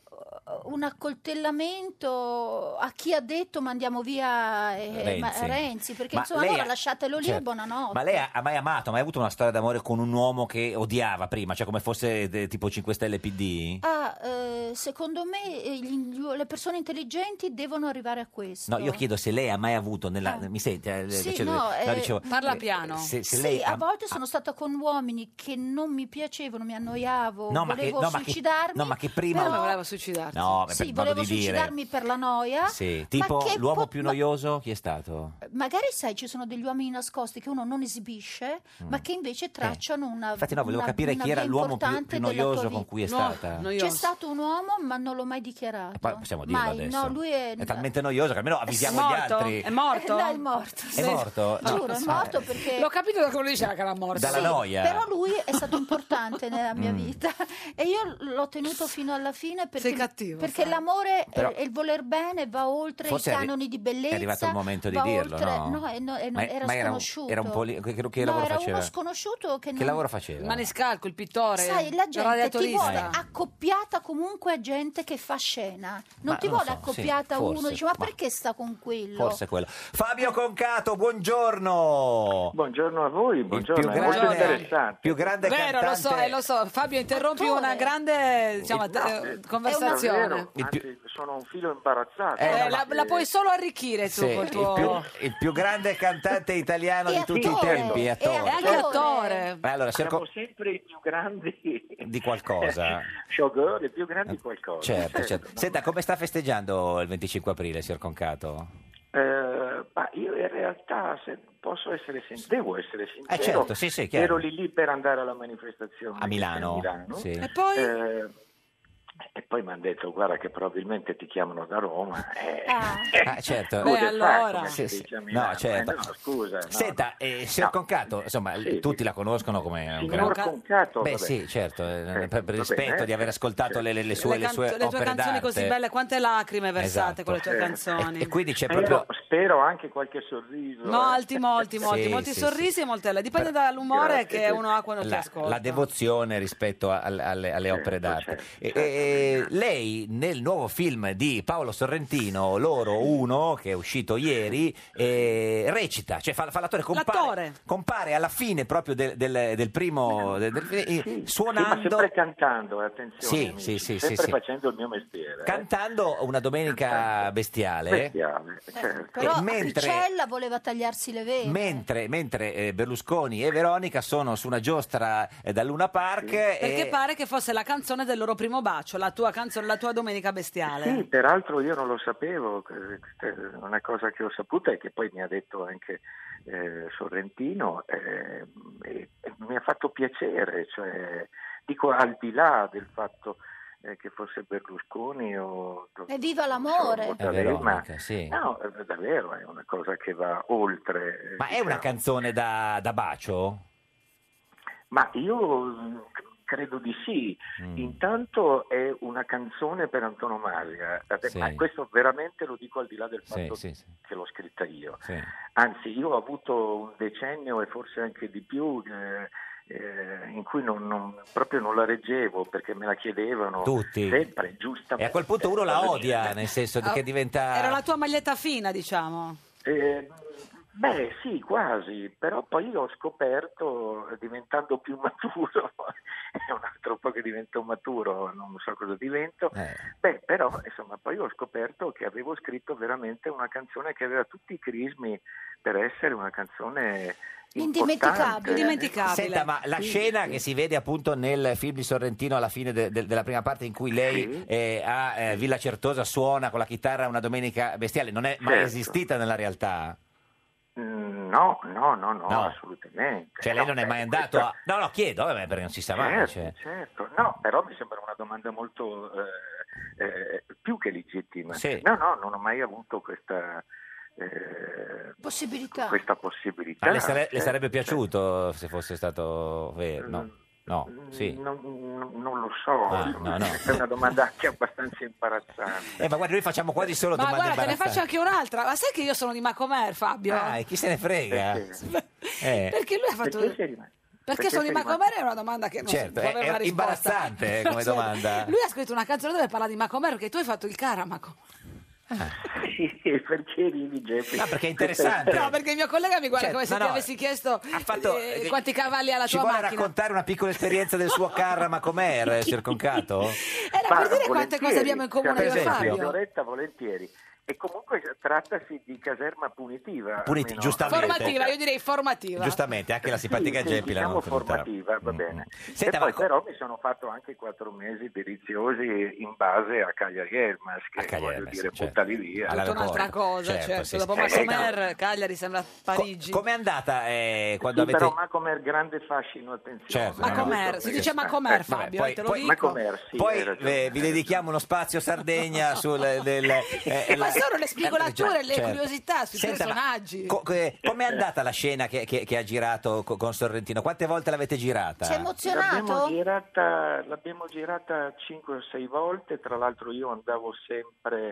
uh, un accoltellamento a chi ha detto mandiamo via eh, Renzi. ma- Renzi, perché Ma insomma lei allora ha- lasciatelo lì e certo. buonanotte. Ma lei ha, ha mai amato, ha mai avuto una storia d'amore con un uomo che odiava prima, cioè come fosse eh, tipo cinque Stelle e P D? Ah, eh, secondo me eh, gli- le persone intelligenti devono arrivare a questo. No, io chiedo se lei ha mai avuto nella... Ah. Mi senti? Eh, Sì, cioè, no, eh, dicevo, Parla piano. Se, se Sì, lei a ha- volte sono stata con uomini che non mi piacevano, mi annoiavo, No, ma che- volevo no, ma che- suicidarmi. no, ma che prima- però- Come voleva suicidarsi? No, beh, Sì, per modo volevo di dire. suicidarmi per la noia. Sì, ma tipo che l'uomo po- più ma- noioso, chi è stato? Magari sai, ci sono degli uomini nascosti che uno non esibisce, ma che invece tracciano una. Mm. Infatti no, volevo una- capire una chi era via l'uomo più, importante più della tua noioso vita. con cui è No, stata. noioso. C'è stato un uomo, ma non l'ho mai dichiarato. Poi possiamo dirlo Mai, adesso. no, lui è. È talmente noioso che almeno avvisiamo È gli morto? altri. È morto? Eh, no, è morto. È morto? No. Giuro, è morto perché. L'ho capito da come lo diceva che era morto. Dalla Sì, noia. Mm. Però lui è stato importante nella mia vita e io l'ho tenuto fino alla fine perché Sei mi cattivo. Perché sai. l'amore Però- e il voler bene va oltre i Forse è arri- canoni di bellezza. è arrivato il momento di va dirlo, oltre- no? No, eh, no, eh, Ma- non- era ma era un- sconosciuto. era un poli- che, che no, lavoro era faceva? uno sconosciuto che Che non... lavoro faceva? Maniscalco, il pittore, Sai, la il gente ti radiatorista. vuole accoppiata comunque a gente che fa scena. Non Ma ti non lo vuole so, accoppiata sì, uno, forse, dice ma, ma- perché sta con quello? Forse quello. Fabio Concato, buongiorno. Buongiorno a voi, buongiorno, più è molto grande- interessante. Più grande Vero, lo so, cantante- eh, lo so. Fabio, interrompi una grande diciamo, No, eh, eh, conversazione. davvero, anzi, sono un filo imbarazzato. Eh, no, la, ma- la puoi solo arricchire tu Sì, col il, tuo... più, il più grande cantante italiano E di tutti i attore, tempi, e attore. E anche attore. Beh, allora, signor Siamo Co- sempre i più grandi di qualcosa. showgirl, i più grandi di qualcosa. Certo, Sì. certo. Senta, come sta festeggiando il venticinque aprile, signor Concato? Eh, ma io in realtà se posso essere sin- devo essere sincero, Eh, certo, sì, sì, chiaro. ero lì lì per andare alla manifestazione A Milano, a Milano. sì. E poi? Eh, e poi mi hanno detto guarda che probabilmente ti chiamano da Roma. Eh, Ah, certo. Good Beh, and allora. come si Sì, sì. dice a Milano. No, certo. Eh, no, scusa, no. Senta, eh, signor No. Concato, insomma, Sì, tutti sì. la conoscono come un Signor grande... Concato, Beh vabbè. sì, certo, eh, Eh, per per va rispetto bene, di aver eh, ascoltato le, le- le sue, le, le canzo- sue le tue opere canzoni d'arte. così belle, quante lacrime versate Esatto. con le tue Eh, canzoni. E quindi c'è Spero, proprio... spero anche qualche sorriso. Molti, eh. molti, molti, Sì, molti sì, sorrisi sì. e molte le. Dipende Per- dall'umore Grazie, che sì. uno ha quando ti La, ascolta. la devozione rispetto a- alle, alle- alle Certo, opere d'arte. certo, E- certo. e lei nel nuovo film di Paolo Sorrentino, Loro uno, che è uscito ieri, eh, recita, cioè fa, fa l'attore, compare, L'attore. compare alla fine proprio del, del- del primo, del- del- eh, Sì, suonando, sì, ma sempre cantando, attenzione, Sì, amici, sì, sì, sempre sì, sì. facendo il mio mestiere. eh. cantando una domenica bestiale. Bestiale, certo. Però E mentre- Ricella voleva tagliarsi le vene. Mentre, mentre eh, Berlusconi e Veronica sono su una giostra eh, da Luna Park Perché e pare che fosse la canzone del loro primo bacio, la tua canzone, la tua Domenica Bestiale. Sì, peraltro io non lo sapevo, eh, una cosa che ho saputo è che poi mi ha detto anche eh, Sorrentino eh, e, e mi ha fatto piacere, cioè, dico al di là del fatto eh, che fosse Berlusconi o Evviva l'amore! o È D'Alema. Veronica, sì. No, eh, davvero è una cosa che va oltre. eh, Ma è una diciamo. canzone da, da bacio? Ma io mh, credo di sì. Mm. Intanto è una canzone per antonomasia. Vabbè, Sì. ma questo veramente lo dico al di là del Sì, fatto sì, sì. che l'ho scritta io. Sì. Anzi, io ho avuto un decennio e forse anche di più eh, eh, in cui non, non- proprio non la reggevo perché me la chiedevano Tutti. sempre, E giustamente. a quel punto uno la odia, nel senso di che diventa... Era la tua maglietta fina, diciamo. Eh, beh, sì, quasi, però poi ho scoperto, eh, diventando più maturo, è un altro po' che divento maturo, non so cosa divento, Eh. beh, però, insomma, poi ho scoperto che avevo scritto veramente una canzone che aveva tutti i crismi per essere una canzone Indimenticabile. Indimenticabile. Senta, ma la Sì, scena sì. che si vede appunto nel film di Sorrentino alla fine de- de- della prima parte in cui lei Sì. eh, a eh, Villa Certosa suona con la chitarra una Domenica Bestiale, non è mai Certo. esistita nella realtà? Mm, No, no, no, no, No. assolutamente. Cioè lei No, non è mai beh, andato questa- a... No, no, chiedo, vabbè, perché non si sa mai. Certo, cioè. certo. No, però mi sembra una domanda molto eh, eh, più che legittima. Sì. No, no, non ho mai avuto questa, eh, Possibilità. questa possibilità. Ma le, sare- le certo, sarebbe certo. piaciuto se fosse stato vero? No, no, sì. Non, non- non lo so, Ah, no, no. è una domanda anche abbastanza imbarazzante. Eh, ma guarda, noi facciamo quasi solo Ma domande guarda, te ne faccio imbarazzanti. anche un'altra. Ma sai che io sono di Macomer, Fabio? Ah, e chi se ne frega? Perché? Eh. Perché lui ha fatto... Perché sei rimasto? Perché Perché sono di sei rimasto? Macomer è una domanda che non Certo, si può è- avere una è risposta. imbarazzante come Cioè, domanda. Lui ha scritto una canzone dove parla di Macomer perché tu hai fatto il cara a Macomer. Sì, perché ridi, Geppi? No, perché è interessante. No, perché il mio collega mi guarda Cioè, come se no, ti no, avessi chiesto fatto- eh, quanti cavalli ha la Ci tua vuole macchina. raccontare una piccola esperienza del suo carro a Macomer, eh, signor Concato? Era per dire quante volentieri, cose abbiamo in comune per io e esempio. Fabio. Mezz'oretta volentieri. E comunque trattasi di caserma punitiva. Puniti- almeno. giustamente. Formativa, io direi formativa. Giustamente, anche la simpatica Sì, Geppi l'hanno diciamo tenuta. formativa, va bene. Senta, e poi ma co- però mi sono fatto anche quattro mesi deliziosi in base a Cagliari Hermas, che Cagliari voglio Hermes, dire, certo. buttali via. Alla- Tutta un'altra cosa, Certo, certo. sì, Dopo sì. Macomer, Cagliari sembra Parigi. Com'è andata eh, quando Sì, avete... però Macomer grande fascino, attenzione. Certo, Macomer, no, si no, dice sì. Macomer, Eh, vabbè, Fabio, poi- te lo poi- dico. Macomer, sì, Poi hai ragione. eh, vi dedichiamo uno spazio Sardegna sul del, eh, Ma la- sono le spigolature e le Certo. curiosità sui Senta, ma personaggi. co- eh, com'è andata la scena che, che- che ha girato co- con Sorrentino? Quante volte l'avete girata? Sei emozionato? L'abbiamo girata, l'abbiamo girata cinque o sei volte, tra l'altro io andavo sempre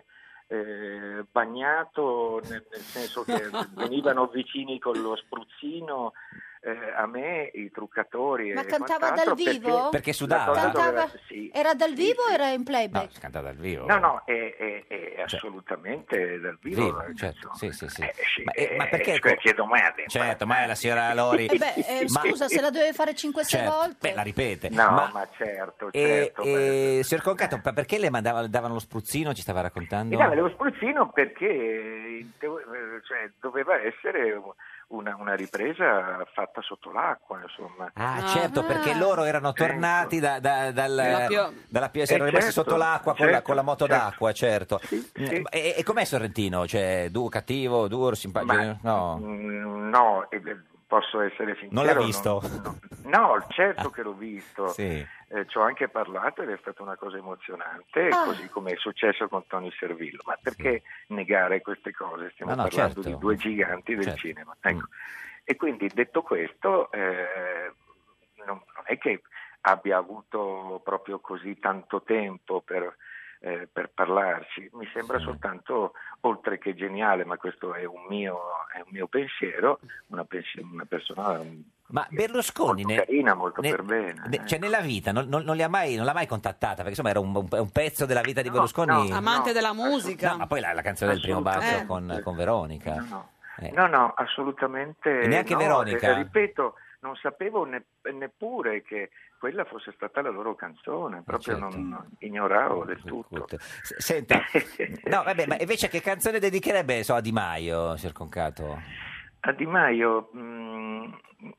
eh, bagnato, nel, nel senso che venivano vicini con lo spruzzino eh, a me, i truccatori Ma e cantava quant'altro, dal vivo? Perché la sudava? cosa Cantava- doveva- sì. Era dal vivo o era in No, playback? si canta dal vivo. No, no, è, è- è assolutamente dal vivo. Vivo, certo, sì, sì, sì. Eh, sì, Ma, eh, ma eh, perché? cioè, chiedo male. Certo, ma è la signora Lori. Eh beh, eh, Ma- scusa, se la doveva fare cinque sei certo, volte. beh, la ripete. No, ma, ma, certo, e, certo. e, signor Concato, ma perché le mandava- davano lo spruzzino? Ci stava raccontando? Mi dava lo spruzzino perché in teo- eh, cioè, doveva essere una, una ripresa fatta sotto l'acqua, insomma. Ah, certo, perché loro erano tornati da- da- dal- Dalla Pio- dalla Pio, si Eh, erano rimessi certo, sotto l'acqua con, la, certo, con la moto certo. d'acqua, certo. E, e com'è Sorrentino? Cioè, duro, cattivo, duro, simpatico? No, Mm, no, eh, beh, posso essere sincero. non l'ha visto? non- no, certo che l'ho visto. Sì. Eh, ci ho anche parlato ed è stata una cosa emozionante, Ah. così come è successo con Tony Servillo. Ma perché negare queste cose? Stiamo No, no, parlando certo. di due giganti del Certo. cinema. Ecco. E quindi detto questo, eh, non, non è che abbia avuto proprio così tanto tempo per, eh, per parlarci. Mi sembra soltanto, oltre che geniale, ma questo è un mio, è un mio pensiero, una, pens- una persona Ma Berlusconi molto ne- carina, molto ne- per bene. ne- cioè, nella vita non, non, non, li ha mai, non l'ha mai contattata, perché insomma era un, un- un pezzo della vita di Berlusconi. Amante della musica. No, ma poi la, la canzone del primo bacio Assolutamente. con, con Veronica. No, Eh. no, no, assolutamente. E neanche no. Veronica? Eh, ripeto, non sapevo ne- neppure che quella fosse stata la loro canzone, proprio certo. non, non- ignoravo del tutto. S- Senta, no, vabbè, ma invece che canzone dedicherebbe so, a Di Maio, signor Concato? A Di Maio, mm,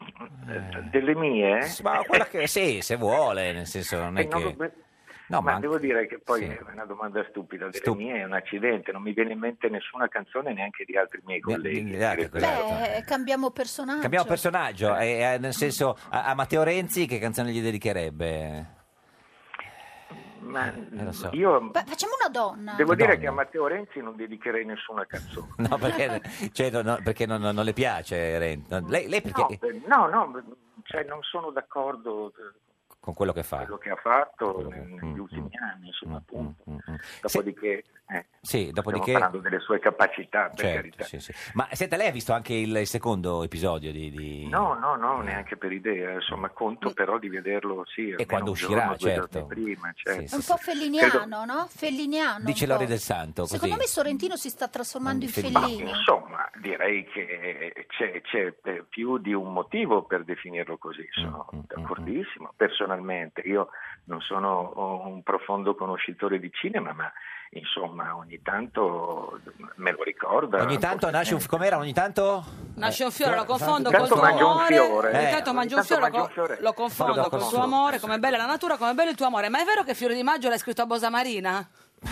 delle mie? Ma quella che, sì, se vuole, nel senso non è Eh, non che... lo- No, ma ma devo dire che poi sì. è una domanda stupida, delle Stup- mie è un accidente, non mi viene in mente nessuna canzone neanche di altri miei colleghi. di altri colleghi. Beh, cambiamo personaggio. Cambiamo personaggio, eh, eh, nel senso a, a Matteo Renzi che canzone gli dedicherebbe? Ma Eh, lo so. io Beh, facciamo una donna. devo Madonna. dire che a Matteo Renzi non dedicherei nessuna canzone. No, perché, cioè, no, no, perché non, non- non le piace Renzi? No, Lei, lei perché... No, beh, no, no, cioè non sono d'accordo con quello che fa. quello che ha fatto negli ultimi anni, insomma, appunto. Dopodiché, eh, Sì, dopodiché... stiamo parlando delle sue capacità, per Certo, carità. sì, sì. Ma senta, lei ha visto anche il, il secondo episodio di... di- No, no, no, neanche per idea, insomma, conto però di vederlo, sì, almeno quando un uscirà, giorno, due certo. giorni prima, certo. È un po' felliniano, no? Felliniano. Dice un po'. Lori del Santo, così. Secondo me Sorrentino si sta trasformando in Fellino. Fellini. Insomma, direi che c'è, c'è eh, più di un motivo per definirlo così, sono Mm, d'accordissimo. Personalmente, io non sono un profondo conoscitore di cinema, ma insomma ogni tanto me lo ricorda. Ogni tanto nasce un... com'era? Ogni tanto... Nasce un fiore, lo confondo Ogni col tanto suo mangio un amore. fiore. Ogni Eh, tanto ogni mangio un tanto fiore, lo, mangio un co- fiore. lo confondo Lo col suo confondo. amore, come bella la natura, come bello il tuo amore. Ma è vero che Fiore di Maggio l'hai scritto a Bosa Marina?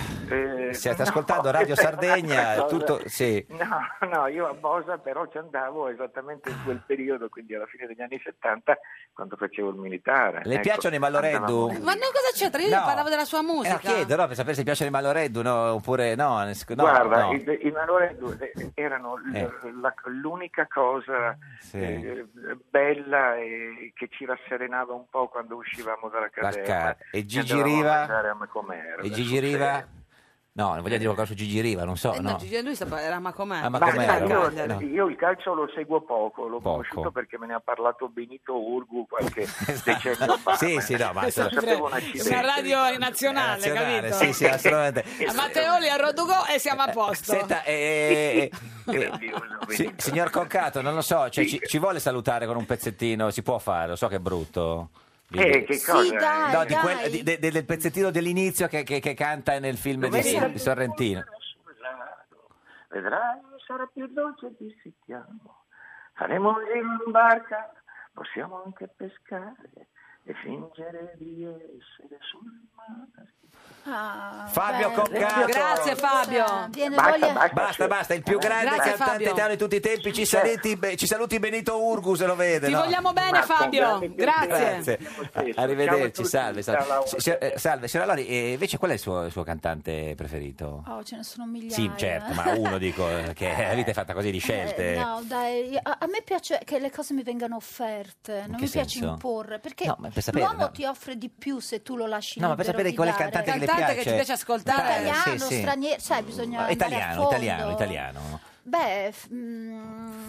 Eh, State no. ascoltando Radio Sardegna, tutto... Sì. No, no, io a Bosa però ci andavo esattamente in quel periodo, quindi alla fine degli anni settanta, quando facevo il militare. Le ecco. piacciono i Malloreddu? Ma non cosa c'entra? Io No. parlavo della sua Eh, no, musica. chiedo, no, per sapere se piacciono i Malloreddu, no, oppure no. ne sc- no, Guarda, no. i, i Malloreddu eh, erano l- Eh. la- l'unica cosa Sì. eh, bella e che ci rasserenava un po' quando uscivamo dalla caserma. ca- e Gigi andavamo a Riva? mangiare a Macomera, E da Gigi sul Riva? serio. No, non voglio dire qualcosa su Gigi Riva, non so, Eh, no, no. Gigi- lui sta- era ma com'è? Ah, ma Ma com'era? sai, io, No. io il calcio lo seguo poco, l'ho Poco. conosciuto perché me ne ha parlato Benito Urgu qualche decennio fa. Sì, sì, no, ma... Non sapevo un accidente. Una radio nazionale, Nazionale, capito? sì, sì, assolutamente. A Matteoli a Rodugò e siamo a posto. Senta, eh, eh, si- signor Concato, non lo so, cioè, ci, ci vuole salutare con un pezzettino? Si può fare, lo so che è brutto. Di- Eh, che cosa? Sì, dai, no, di dai. quel- di- de- de- del pezzettino dell'inizio che, che- che canta nel film di, Dov'è? di Sorrentino. Vedrai, sarà più dolce, disfittiamo. Faremo un giro in barca, possiamo anche pescare e fingere di essere sul mare. Ah, Fabio bello. Concato. Grazie Fabio. Viene Basta, voglia- basta, basta, basta, il più grande Grazie, cantante Fabio. italiano di tutti i tempi. Ci saluti, be- ci saluti Benito Urgu, se lo vede. Ti no? vogliamo bene Fabio, grazie. Grazie. Arrivederci, salve. Salve, Si- si- eh, salve. Signora Lori, e invece qual è il suo, il suo cantante preferito? Oh, ce ne sono migliaia. Sì, certo, ma uno dico eh, che la vita è fatta così di scelte. Eh, no, dai, a, a me piace che le cose mi vengano offerte, non che mi piace senso? imporre, perché No, ma per sapere, l'uomo no. ti offre di più se tu lo lasci No, ma per libero sapere di qual è il dare. cantante che le Cantante che piace. ti piace ascoltare. Italiano, Eh, sì, sì. straniero, sai, bisogna andare a Italiano, fondo. italiano, italiano. Beh, f- mm,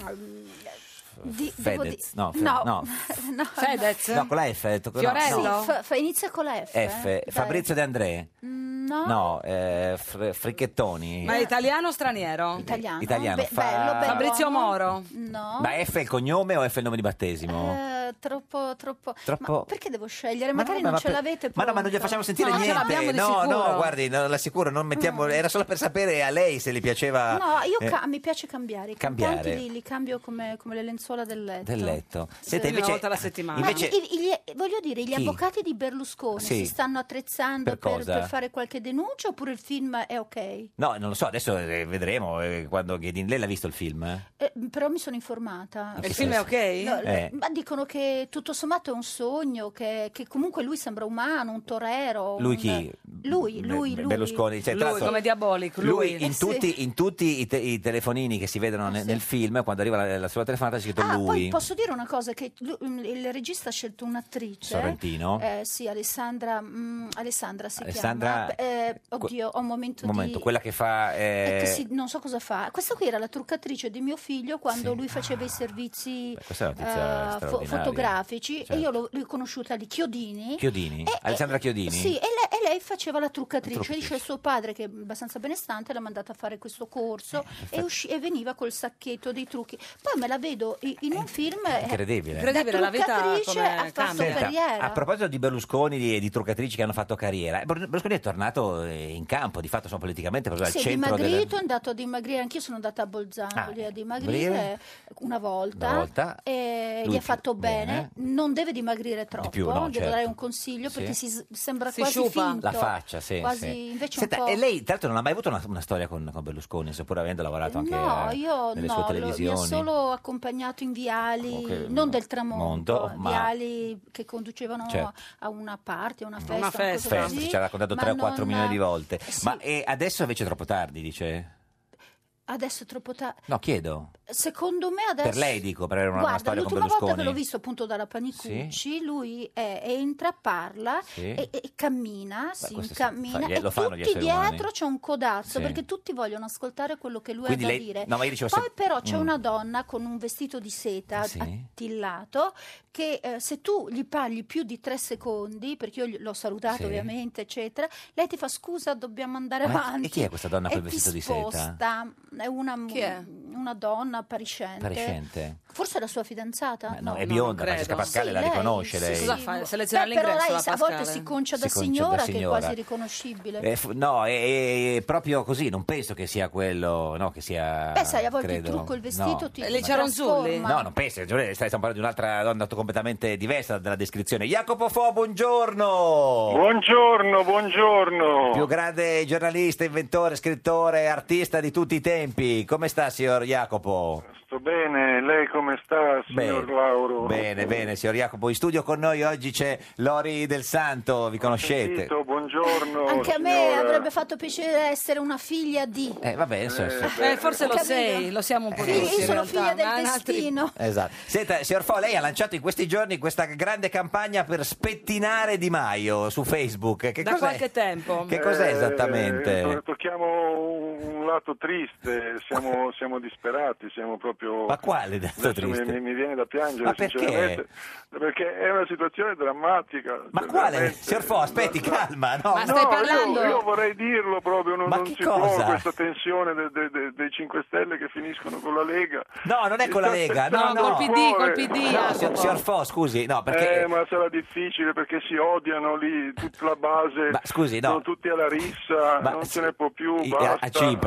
di- devo di- Fedez, no, Fe- no, no. no. Fedez? No, con la F. ha detto- no, Fiorello? no. Sì, f- f- inizia con la F. F. eh. Fabrizio De André? Mm, No, No, eh, Fr- Fricchettoni. Ma è italiano o straniero? italiano. Italiano, Be- fa- bello, bello. Fabrizio Moro? No. Ma F è il cognome o F è il nome di battesimo? Eh, troppo, troppo. Troppo- Ma perché devo scegliere? Ma Magari no, non ma ce per- l'avete Ma no, ma non gli pronto. facciamo sentire No, ce niente. l'abbiamo di No, sicuro. no, guardi, non l'assicuro, non mettiamo. Era solo per sapere a lei se le piaceva. No, io eh, ca- mi piace cambiare. I cambiare. cantanti li, li cambio come, come le lenzuola del letto. del letto. Sì, Senta, una invece, volta alla settimana. Ma invece i- i- voglio dire, gli Chi? avvocati di Berlusconi Sì. si stanno attrezzando Per per, cosa? per fare qualche denuncia oppure il film è ok? no, non lo so, adesso eh, vedremo eh, quando Ghedin. Lei l'ha visto il film? Eh, però mi sono informata. che Il film è ok? No, Eh. Ma dicono che tutto sommato è un sogno, che, che comunque lui sembra umano, un torero. Lui un- chi? Lui, Be- lui, Be- lui. Berlusconi. Cioè, tra Lui, l'altro, come diabolico. lui Lui. in Eh, sì. tutti, in tutti i, te- i telefonini che si vedono ne- sì. nel film, quando arriva la, la sua telefonata c'è scritto Ah, lui. poi posso dire una cosa, che lui- il regista ha scelto un'attrice. Sorrentino? Eh, sì, Alessandra, mm, Alessandra si Alessandra- chiama. Eh, oddio, ho un momento, Un momento, di... quella che fa. è eh, che si- non so cosa fa. Questa qui era la truccatrice di mio figlio quando Sì. lui faceva i servizi Beh, questa è una notizia eh, fo- straordinaria. fotografici Certo. e io l'ho, l'ho conosciuta lì, Chiodini. Chiodini? E- Alessandra e- Chiodini? Sì, e lei, e lei faceva la truccatrice. Truccatrice. Dice il suo padre, che è abbastanza benestante, l'ha mandata a fare questo corso e, usci- e veniva col sacchetto dei trucchi. Poi me la vedo i- in un film. eh, Incredibile. Incredibile, da la vita truccatrice come ha fatto cambia. Senta, carriera. a proposito di Berlusconi e di truccatrici che hanno fatto carriera, Ber- Berlusconi è tornato eh, in campo, di fatto sono politicamente proprio al Si è centro dimagrito, del... è andato a dimagrire, anch'io sono andata a Bolzano Ah, lì a dimagrire dimagrire? una volta, Una volta. e Lui gli ha fatto bene. bene. Non deve dimagrire troppo, più, no, devo certo. dare un consiglio Sì. perché si s- sembra Si quasi sciupa. finto. La faccia, sì. Quasi, sì. invece Senta, un po'. e lei tra l'altro non ha mai avuto una, una storia con, con Berlusconi, seppur avendo lavorato anche No, eh, io nelle no, sue lo- mi ha televisioni? solo accompagnato in viali, Ok, non del tramonto, Monto, ma- viali che conducevano Certo. a una party, a una festa, Una cosa festa. così, Festa, ci ha raccontato ma tre o quattro non- milioni di volte. Sì. Ma e adesso invece è troppo tardi, dice? Adesso è troppo tardi. No, chiedo. Secondo me adesso... Per lei dico, per avere una, una Guarda, storia con l'ultima volta Berlusconi. che l'ho visto appunto dalla Panicucci, lui è- entra, parla Sì. e, e cammina, si questo si incammina fa- e lo fanno gli tutti esseri dietro umani. c'è un codazzo Sì. perché tutti vogliono ascoltare quello che lui Quindi ha da lei- dire. no, ma io dicevo Poi se- però c'è Mm. una donna con un vestito di seta Sì. attillato che eh, se tu gli parli più di tre secondi, perché io gli- l'ho salutato Sì. ovviamente, eccetera, lei ti fa scusa, dobbiamo andare Ma- avanti. e chi è questa donna col E ti vestito di seta? sposta. È una, Chi è? una donna appariscente. Appariscente? Forse è la sua fidanzata? Ma no, è no, bionda, non Francesca credo. Pascale Sì, la lei, riconosce sì, lei. sì. Cosa fa? Seleziona Beh, però l'ingresso lei la a volte Pascale? si concia da Si concia signora, da che è signora. quasi riconoscibile. Eh, f- no, è, è proprio così, non penso che sia quello, no, che sia... Beh, sai, a volte credo. il trucco, il vestito No. ti E lei ti c'era un Zulli? trasforma. No, non penso, stai stiamo parlando di un'altra donna completamente diversa dalla descrizione. Jacopo Fo, buongiorno! Buongiorno, buongiorno. Più grande giornalista, inventore, scrittore, artista di tutti i tempi. Come sta, signor Jacopo? Sto bene, lei come sta, signor Bene. Lauro? Bene, bene, signor Jacopo. In studio con noi oggi c'è Lori Del Santo, vi conoscete? Sentito, buongiorno. Anche a me signora. avrebbe fatto piacere essere una figlia di... Eh, vabbè, adesso... Eh, forse lo Capito? sei, lo siamo un po' Sì, tutti io in sono realtà, figlia del ma in altri- destino. Esatto. Senta, signor Fo, lei ha lanciato in questi giorni questa grande campagna per spettinare Di Maio su Facebook. Che Da cos'è? qualche tempo. Che cos'è Eh, esattamente? to- tocchiamo un lato triste, siamo, siamo disperati, siamo proprio... Ma quale dato Adesso mi, triste? mi- mi viene da piangere, Ma perché? sinceramente, perché è una situazione drammatica. Ma quale? veramente. Signor Fo, aspetti, calma. No, Ma no. stai No, parlando? Io, io vorrei dirlo proprio, non, Ma non che si cosa? può questa tensione de- de- de- dei cinque Stelle che finiscono con la Lega. No, non è con la Lega, no, No, no. col P D, col P D. No, signor, Jacopo. signor Fo, scusi, no, perché... Eh, ma sarà difficile perché si odiano lì, tutta la base, Ma scusi, no. sono tutti alla rissa, Ma non sì, se ne può più, i- basta. a Cipro.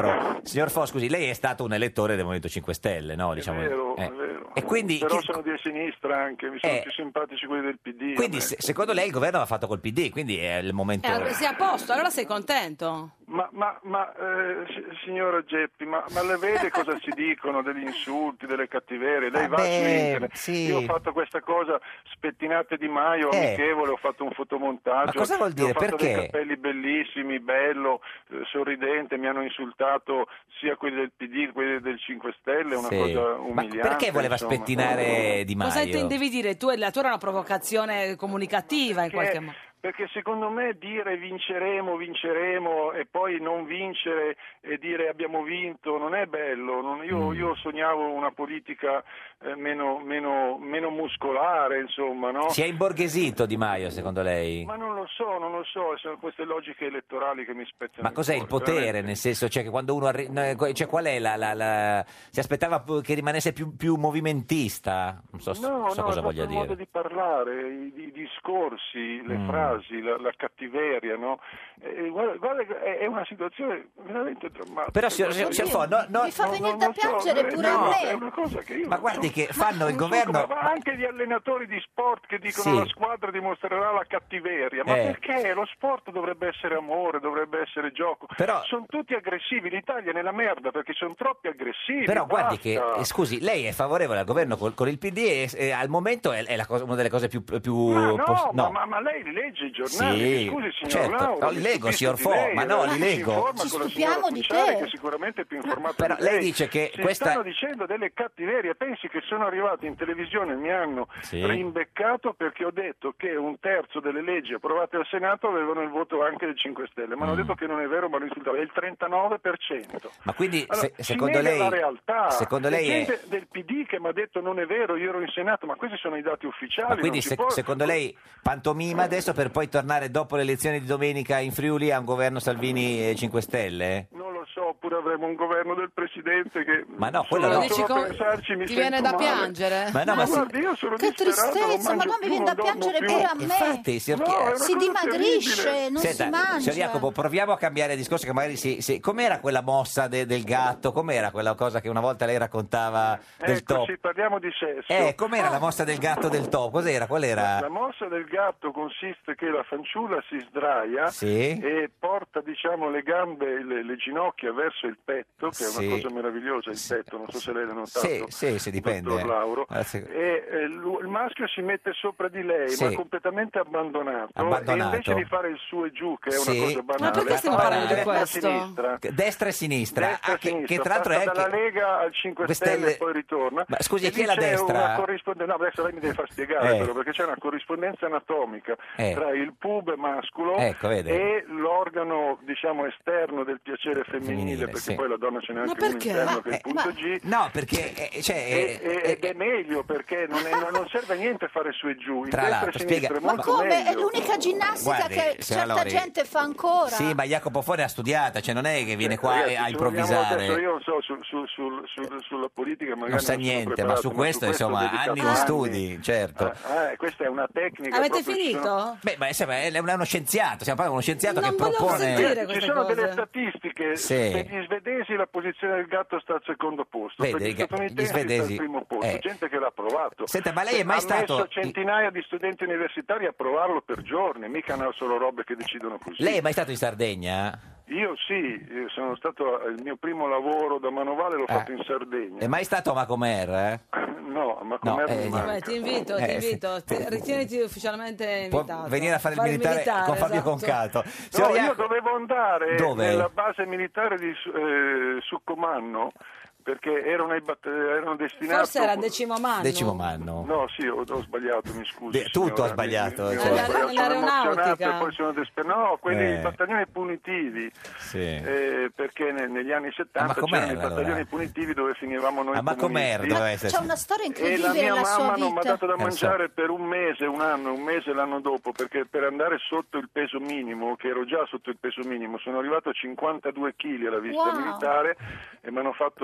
Ecco, signor Fo, scusi, lei è stato un elettore del Movimento cinque Stelle, no? Diciamo, È vero, eh. è vero. E quindi, Però chi- sono di sinistra anche, mi sono Eh. più simpatici quelli del P D. a quindi me. se- secondo lei il governo va fatto col P D, quindi è il momento... Eh, sei a posto, allora sei contento? Ma, ma, ma eh, si- signora Geppi, ma, ma le vede cosa si dicono degli insulti, delle cattiverie? Lei va Vabbè, su internet. sì. Io ho fatto questa cosa, spettinate Di Maio, Eh. amichevole, ho fatto un fotomontaggio. Ma cosa vuol dire? Ho fatto Perché? dei capelli bellissimi, bello, eh, sorridente, mi hanno insultato sia quelli del P D che quelli del cinque Stelle, è una Sì. cosa Ma umiliante. perché voleva insomma. spettinare Di Maio? Cosa intendevi dire? Tu, la tua era una provocazione comunicativa in qualche modo. Perché secondo me dire vinceremo, vinceremo e poi non vincere e dire abbiamo vinto non è bello. Non- io, Mm. io sognavo una politica eh, meno, meno, meno muscolare, insomma, no? Si è imborghesito Di Maio, secondo lei? Ma non lo so, non lo so, sono queste logiche elettorali che mi spezzano. Ma cos'è il potere? Nel senso, cioè, che quando uno arri- no, cioè, qual è la, la- la- si aspettava pu- che rimanesse più, più movimentista? Non so, No, non so no, cosa è voglia proprio il modo dire. di parlare, i, i discorsi, le Mm. frasi, la, la cattiveria, no? E, guarda, guarda che è, è una situazione veramente drammatica. Però, signor, signor, signor Fo, no, no, Mi fa No, venire no, da non so, piangere eh, pure no, a È me. una cosa che io Ma non guardi so. che fanno il Non so governo... come- ma anche gli allenatori di sport che dicono Sì. la squadra dimostrerà la cattiveria, ma Eh. perché? Lo sport dovrebbe essere amore, dovrebbe essere gioco. Però- sono tutti aggressivi, l'Italia è nella merda perché sono troppi aggressivi. Però guardi che, basta. eh, scusi, lei è favorevole al governo col- con il P D e, e al momento è, è la cosa- una delle cose più... più Ma no, pos- ma, ma- ma lei li legge i giornali? Sì, Scusi, signor certo. Lauro, No, li mi leggo, stupisco signor di Fo, lei, ma no, eh, li si leggo. informa Ci con la stupiamo signora di Cucciari, te. che sicuramente è più informata Però di lei dice che si questa- stanno dicendo delle cattiverie. Pensi che sono arrivato in televisione e mi hanno Sì. rimbeccato perché ho detto che un terzo delle leggi approvate al Senato avevano il voto anche del cinque Stelle. Ma hanno Mm. detto che non è vero, ma hanno insultato. È il trentanove per cento. Ma quindi, Allora, se- si secondo nega lei... la realtà. Secondo C'è lei è... gente del P D che mi ha detto non è vero, io ero in Senato, ma questi sono i dati ufficiali. Ma quindi non si se- può- secondo lei pantomima adesso per poi tornare dopo le elezioni di domenica in Friuli a un governo Salvini e cinque Stelle? Non lo so, oppure avremo un governo del Presidente che... Ma no, quello solo, no. Lo dici solo con- pensarci mi ti sento viene da male. piangere? Ma no, ma sì. guardi, io sono Che disperato, non tristezza, ma mangio no, mi più, viene da non dormo piangere più. pure a me. Infatti, signor No, Chiesa- è una Si cosa dimagrisce, terribile. non Senta, si mangia. signor Jacopo, proviamo a cambiare discorso che magari si... si- com'era quella mossa de- del gatto? Com'era quella cosa che una volta lei raccontava del Ecco, topo? sì, parliamo di sesso. Eh, com'era la mossa del gatto del topo? Cos'era? Qual era? La mossa del gatto consiste che la fanciulla si sdraia Sì. e porta, diciamo, le gambe, le, le ginocchia verso il petto, che è Sì. una cosa meravigliosa, il petto, non so se lei l'ha notato. Sì, sì, sì, dipende. dottor Lauro. Ah, sì. E eh, lu- il maschio si mette sopra di lei, Sì. ma completamente abbandonato, Abbandonato. e invece di fare il su e giù, che è una Sì. cosa banale, Ma perché stiamo fa parlando di destra e questo? sinistra. Destra e sinistra, Destra ah, e che, sinistra, che tra l'altro è passa dalla anche... Lega al cinque Queste Stelle le- e poi ritorna. Ma scusi, E chi è lì la c'è destra? una corrispondenza, no, adesso lei mi deve far spiegare Eh. però, perché c'è una corrispondenza anatomica Eh. tra il pube mascolo Ecco, vede. e l'organo, diciamo, esterno del piacere femminile, Femminile, perché sì. poi la donna ce n'è Ma anche uno perché? interno che è il Eh, punto ma- G. No, perché... eh, cioè, E- eh, e- ed è meglio perché non, è- non serve a niente fare su e giù, il Tra destra e l'altro, sinistra spiega- è Ma molto come? È meglio. l'unica ginnastica Guardi, che signora certa Lori- gente fa ancora. Sì, ma Jacopo Fone ha studiata, cioè non è che viene qua Ragazzi, a ci vogliamo improvvisare. adesso, io non so su- su- sul- sul- sulla politica magari Non sa sono niente, ma preparato, su questo, insomma, ho dedicato anni di studi, certo. Ah, eh, questa è una tecnica. Avete proprio, ci sono- finito? Beh, ma insomma, è un- è uno scienziato, stiamo parlando di uno scienziato Non che volevo propone... sentire Ci queste sono cose. delle statistiche, Sì. per gli svedesi la posizione del gatto sta al secondo posto, Vede, per gli gli statunitensi svedesi- sta al primo posto, eh. gente che l'ha provato. Senta, ma lei è mai ha stato- messo centinaia di studenti universitari a provarlo per giorni, mica hanno solo robe che decidono così. Lei è mai stato in Sardegna? Io sì, io sono stato, il mio primo lavoro da manovale l'ho Ah. fatto in Sardegna. È mai stato a Macomer? Eh? No, ma No, come eh, manca. Beh, ti invito, ti Eh, invito. Ti- ritieniti ufficialmente Può invitato. venire a fare il Fare militare, con Fabio esatto. Concato. No, Signor io Iaco- dovevo andare Dove? nella base militare di eh, Succomanno perché erano, i batt- erano destinati... Forse era decimo manno. Decimo manno. No, sì, ho, ho sbagliato, mi scusi. De- tutto signora. ha sbagliato, Mi- mi- mi- cioè. ho sbagliato, sono Nell'aeronautica. emozionato e poi sono desper- No, quelli Eh. i battaglioni punitivi, Sì. eh, perché ne- negli anni Ah, settanta ma com'era, c'erano i battaglioni allora? punitivi dove finivamo noi Ah, ma com'era? comunisti. Doveva essere... C'è una storia E incredibile la mia nella sua mamma non mi ha vita. dato da Eh, lo so. mangiare per un mese, un anno, un mese l'anno dopo, perché per andare sotto il peso minimo, che ero già sotto il peso minimo, sono arrivato a cinquantadue chili alla visita Wow. militare e mi hanno fatto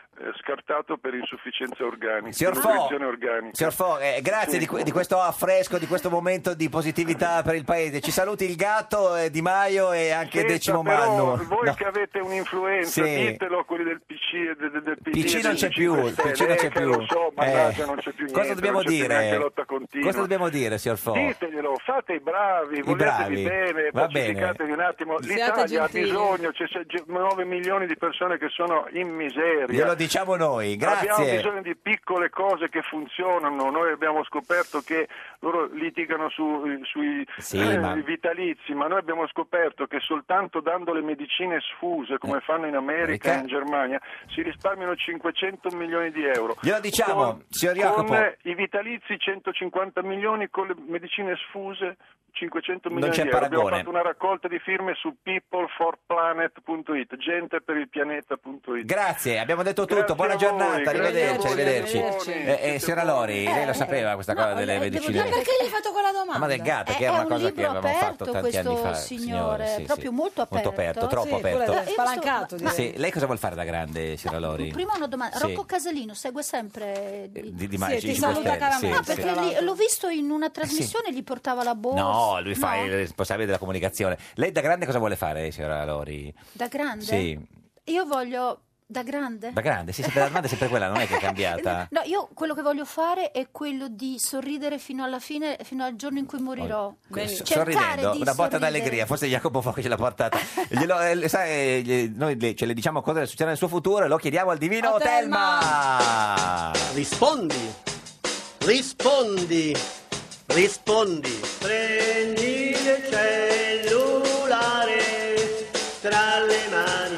eh, scartato per insufficienza organica. Signor Fo, nutrizione organica. signor Fo, eh, grazie Sì. di, que- di questo affresco, di questo momento di positività per il paese. Ci saluti il gatto, eh, Di Maio e anche Senta, Decimo però, Mannu. voi No. che avete un'influenza, Sì. ditelo a quelli del P C, del, del P D, P C non del c'è più, cinque il P C Stelle, non c'è eh, che più. Lo so, ma Eh, guarda, non c'è più niente. cosa dobbiamo non c'è più dire? neanche lotta continua. Cosa dobbiamo dire, signor Fo? Diteglielo, fate i bravi, I voletevi bravi. bene, Va pacificatevi un attimo. Siate L'Italia ha gentili. bisogno, c'è c'è nove milioni di persone che sono in miseria. Glielo diciamo noi, Abbiamo grazie. bisogno di piccole cose che funzionano. Noi abbiamo scoperto che loro litigano su, sui Sì, eh, ma- vitalizi, ma noi abbiamo scoperto che soltanto dando le medicine sfuse, come fanno in America e in Germania, si risparmiano cinquecento milioni di euro. Glielo diciamo, con, signor Jacopo. Con i vitalizi centocinquanta milioni, con le medicine sfuse cinquecento Non milioni c'è di euro. Abbiamo paragone. fatto una raccolta di firme su people for planet punto it, gente per il pianeta punto it. Grazie, abbiamo detto tutto. Grazie Buona a voi, giornata, grazie arrivederci, a voi, arrivederci. arrivederci. Eh, eh, signora Lori, lei lo sapeva questa cosa delle devo medicine? dire- Ma perché gli hai fatto quella domanda? Ma del gatto, È- che era è una un cosa che libro avevamo fatto aperto tanti anni questo fa. signore, sì, proprio sì. molto aperto. Molto aperto, troppo Sì, aperto. quello è Io mi spalancato, sto- ma- Sì, lei cosa vuol fare da grande, signora Lori? Prima una domanda, Sì. Rocco Casalino segue sempre di... Di, di Sì, Magi ti cinque saluta Stelle, caramente. sì, No, sì. perché lì- l'ho visto in una trasmissione, gli portava la borsa. No, lui fa No? il responsabile della comunicazione. Lei da grande cosa vuole fare, signora Lori? Da grande? Sì, Io voglio... Da grande? da grande, sì, sempre la domanda è sempre quella, non è che è cambiata. No, io quello che voglio fare è quello di sorridere fino alla fine, fino al giorno in cui morirò. S- Cercare Sorridendo, di una botta sorridere. d'allegria, forse Jacopo Fo che ce l'ha portata. Glielo, eh, sai, gli- noi le- ce le diciamo cosa succederà nel suo futuro e lo chiediamo al divino Oh, Telma. Rispondi, rispondi, rispondi. Prendi il cellulare tra le mani.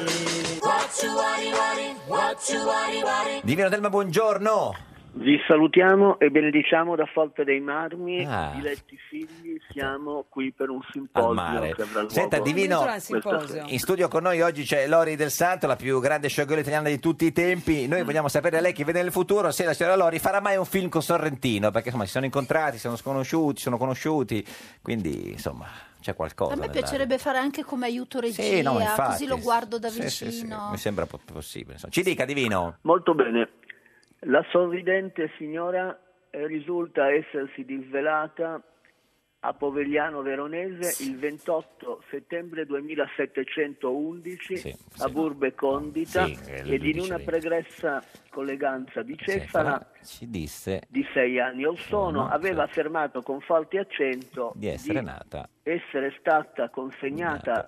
Divino Telma, buongiorno. Vi salutiamo e benediciamo da Folta dei Marmi, Ah. diletti figli, siamo qui per un Al simposio mare. che avrà luogo Senta, Divino, Addirittura il simposio. in studio con noi oggi c'è Lori del Santo, la più grande showgirl italiana di tutti i tempi. Noi vogliamo sapere da lei che vede nel futuro se la signora Lori farà mai un film con Sorrentino, perché insomma si sono incontrati, si sono sconosciuti, sono conosciuti, quindi insomma c'è qualcosa. A me nell'aria. piacerebbe fare anche come aiuto regia, Sì, no, infatti. così lo guardo da Sì, vicino. sì, sì, mi sembra po- possibile. insomma. Ci dica, Divino. Molto bene. La sorridente signora eh, risulta essersi disvelata a Povegliano Veronese il ventotto settembre duemilasettecentoundici Sì, a Burbe Condita Sì, eh, ed lui in dice una lei. pregressa colleganza bicefala Ci disse di sei anni or sono No, aveva affermato con forte accento di essere nata. essere stata consegnata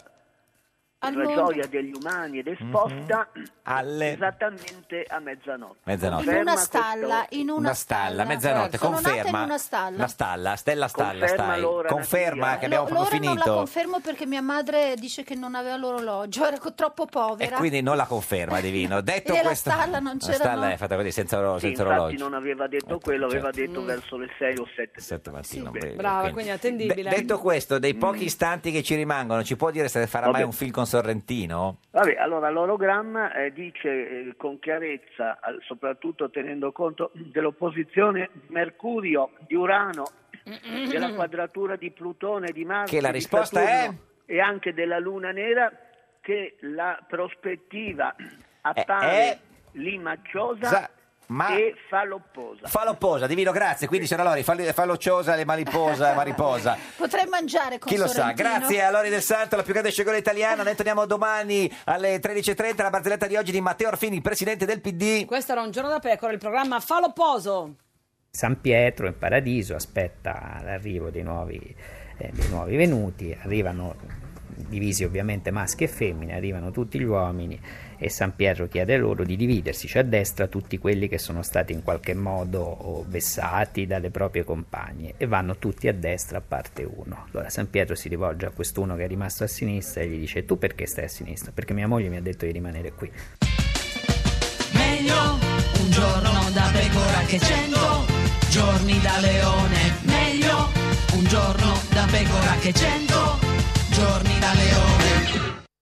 Al per la mondo. gioia degli umani ed esposta Alle esattamente a mezzanotte. mezzanotte. In una Conferma stalla, questo- in una, Una stalla, mezzanotte, Sono nata conferma. in una stalla. Una stalla, Stella Stalla, Conferma stai. l'ora Conferma natia. che abbiamo Lo- proprio l'ora non la finito. confermo perché mia madre dice che non aveva l'orologio, era co- troppo E povera. quindi non la conferma, Divino. Detto E la questo, stalla non la c'erano- stalla è fatta così, senza, oro- Sì, senza infatti orologio. non aveva detto quello, aveva detto Mm. verso le sei o sette. Sette mattino, Sì. bene, Brava, quindi attendibile. De- detto questo, dei pochi istanti che ci rimangono, ci può dire se farà Vabbè. mai un film con Sorrentino? Vabbè, allora l'orogramma eh, dice eh, con chiarezza, al- soprattutto tenendo conto dell'opposizione di Mercurio, di Urano, della quadratura di Plutone, di Marte, Che la di risposta Saturno e anche della Luna nera, che la prospettiva appare è- limacciosa Sa- ma- e falopposa. Falopposa, Divino, grazie. Quindi, signora Lori, falli- fallocciosa, le mariposa, mariposa. Potrei mangiare con Chi lo sa? Sorrentino. Grazie a Lori del Santo, la più grande sciogora italiana. Noi torniamo domani alle tredici e trenta. La barzelletta di oggi di Matteo Orfini, presidente del P D. Questo era Un giorno da pecora, il programma Fallo Poso. San Pietro in paradiso aspetta l'arrivo dei nuovi, eh, dei nuovi venuti, arrivano divisi ovviamente maschi e femmine, arrivano tutti gli uomini e San Pietro chiede loro di dividersi, cioè a destra tutti quelli che sono stati in qualche modo vessati dalle proprie compagne e vanno tutti a destra a parte uno. Allora San Pietro si rivolge a quest'uno che è rimasto a sinistra e gli dice: tu perché stai a sinistra? Perché mia moglie mi ha detto di rimanere qui. Meglio un giorno da pecora che cento giorni da leone. Meglio un giorno da pecora che cento giorni da leone.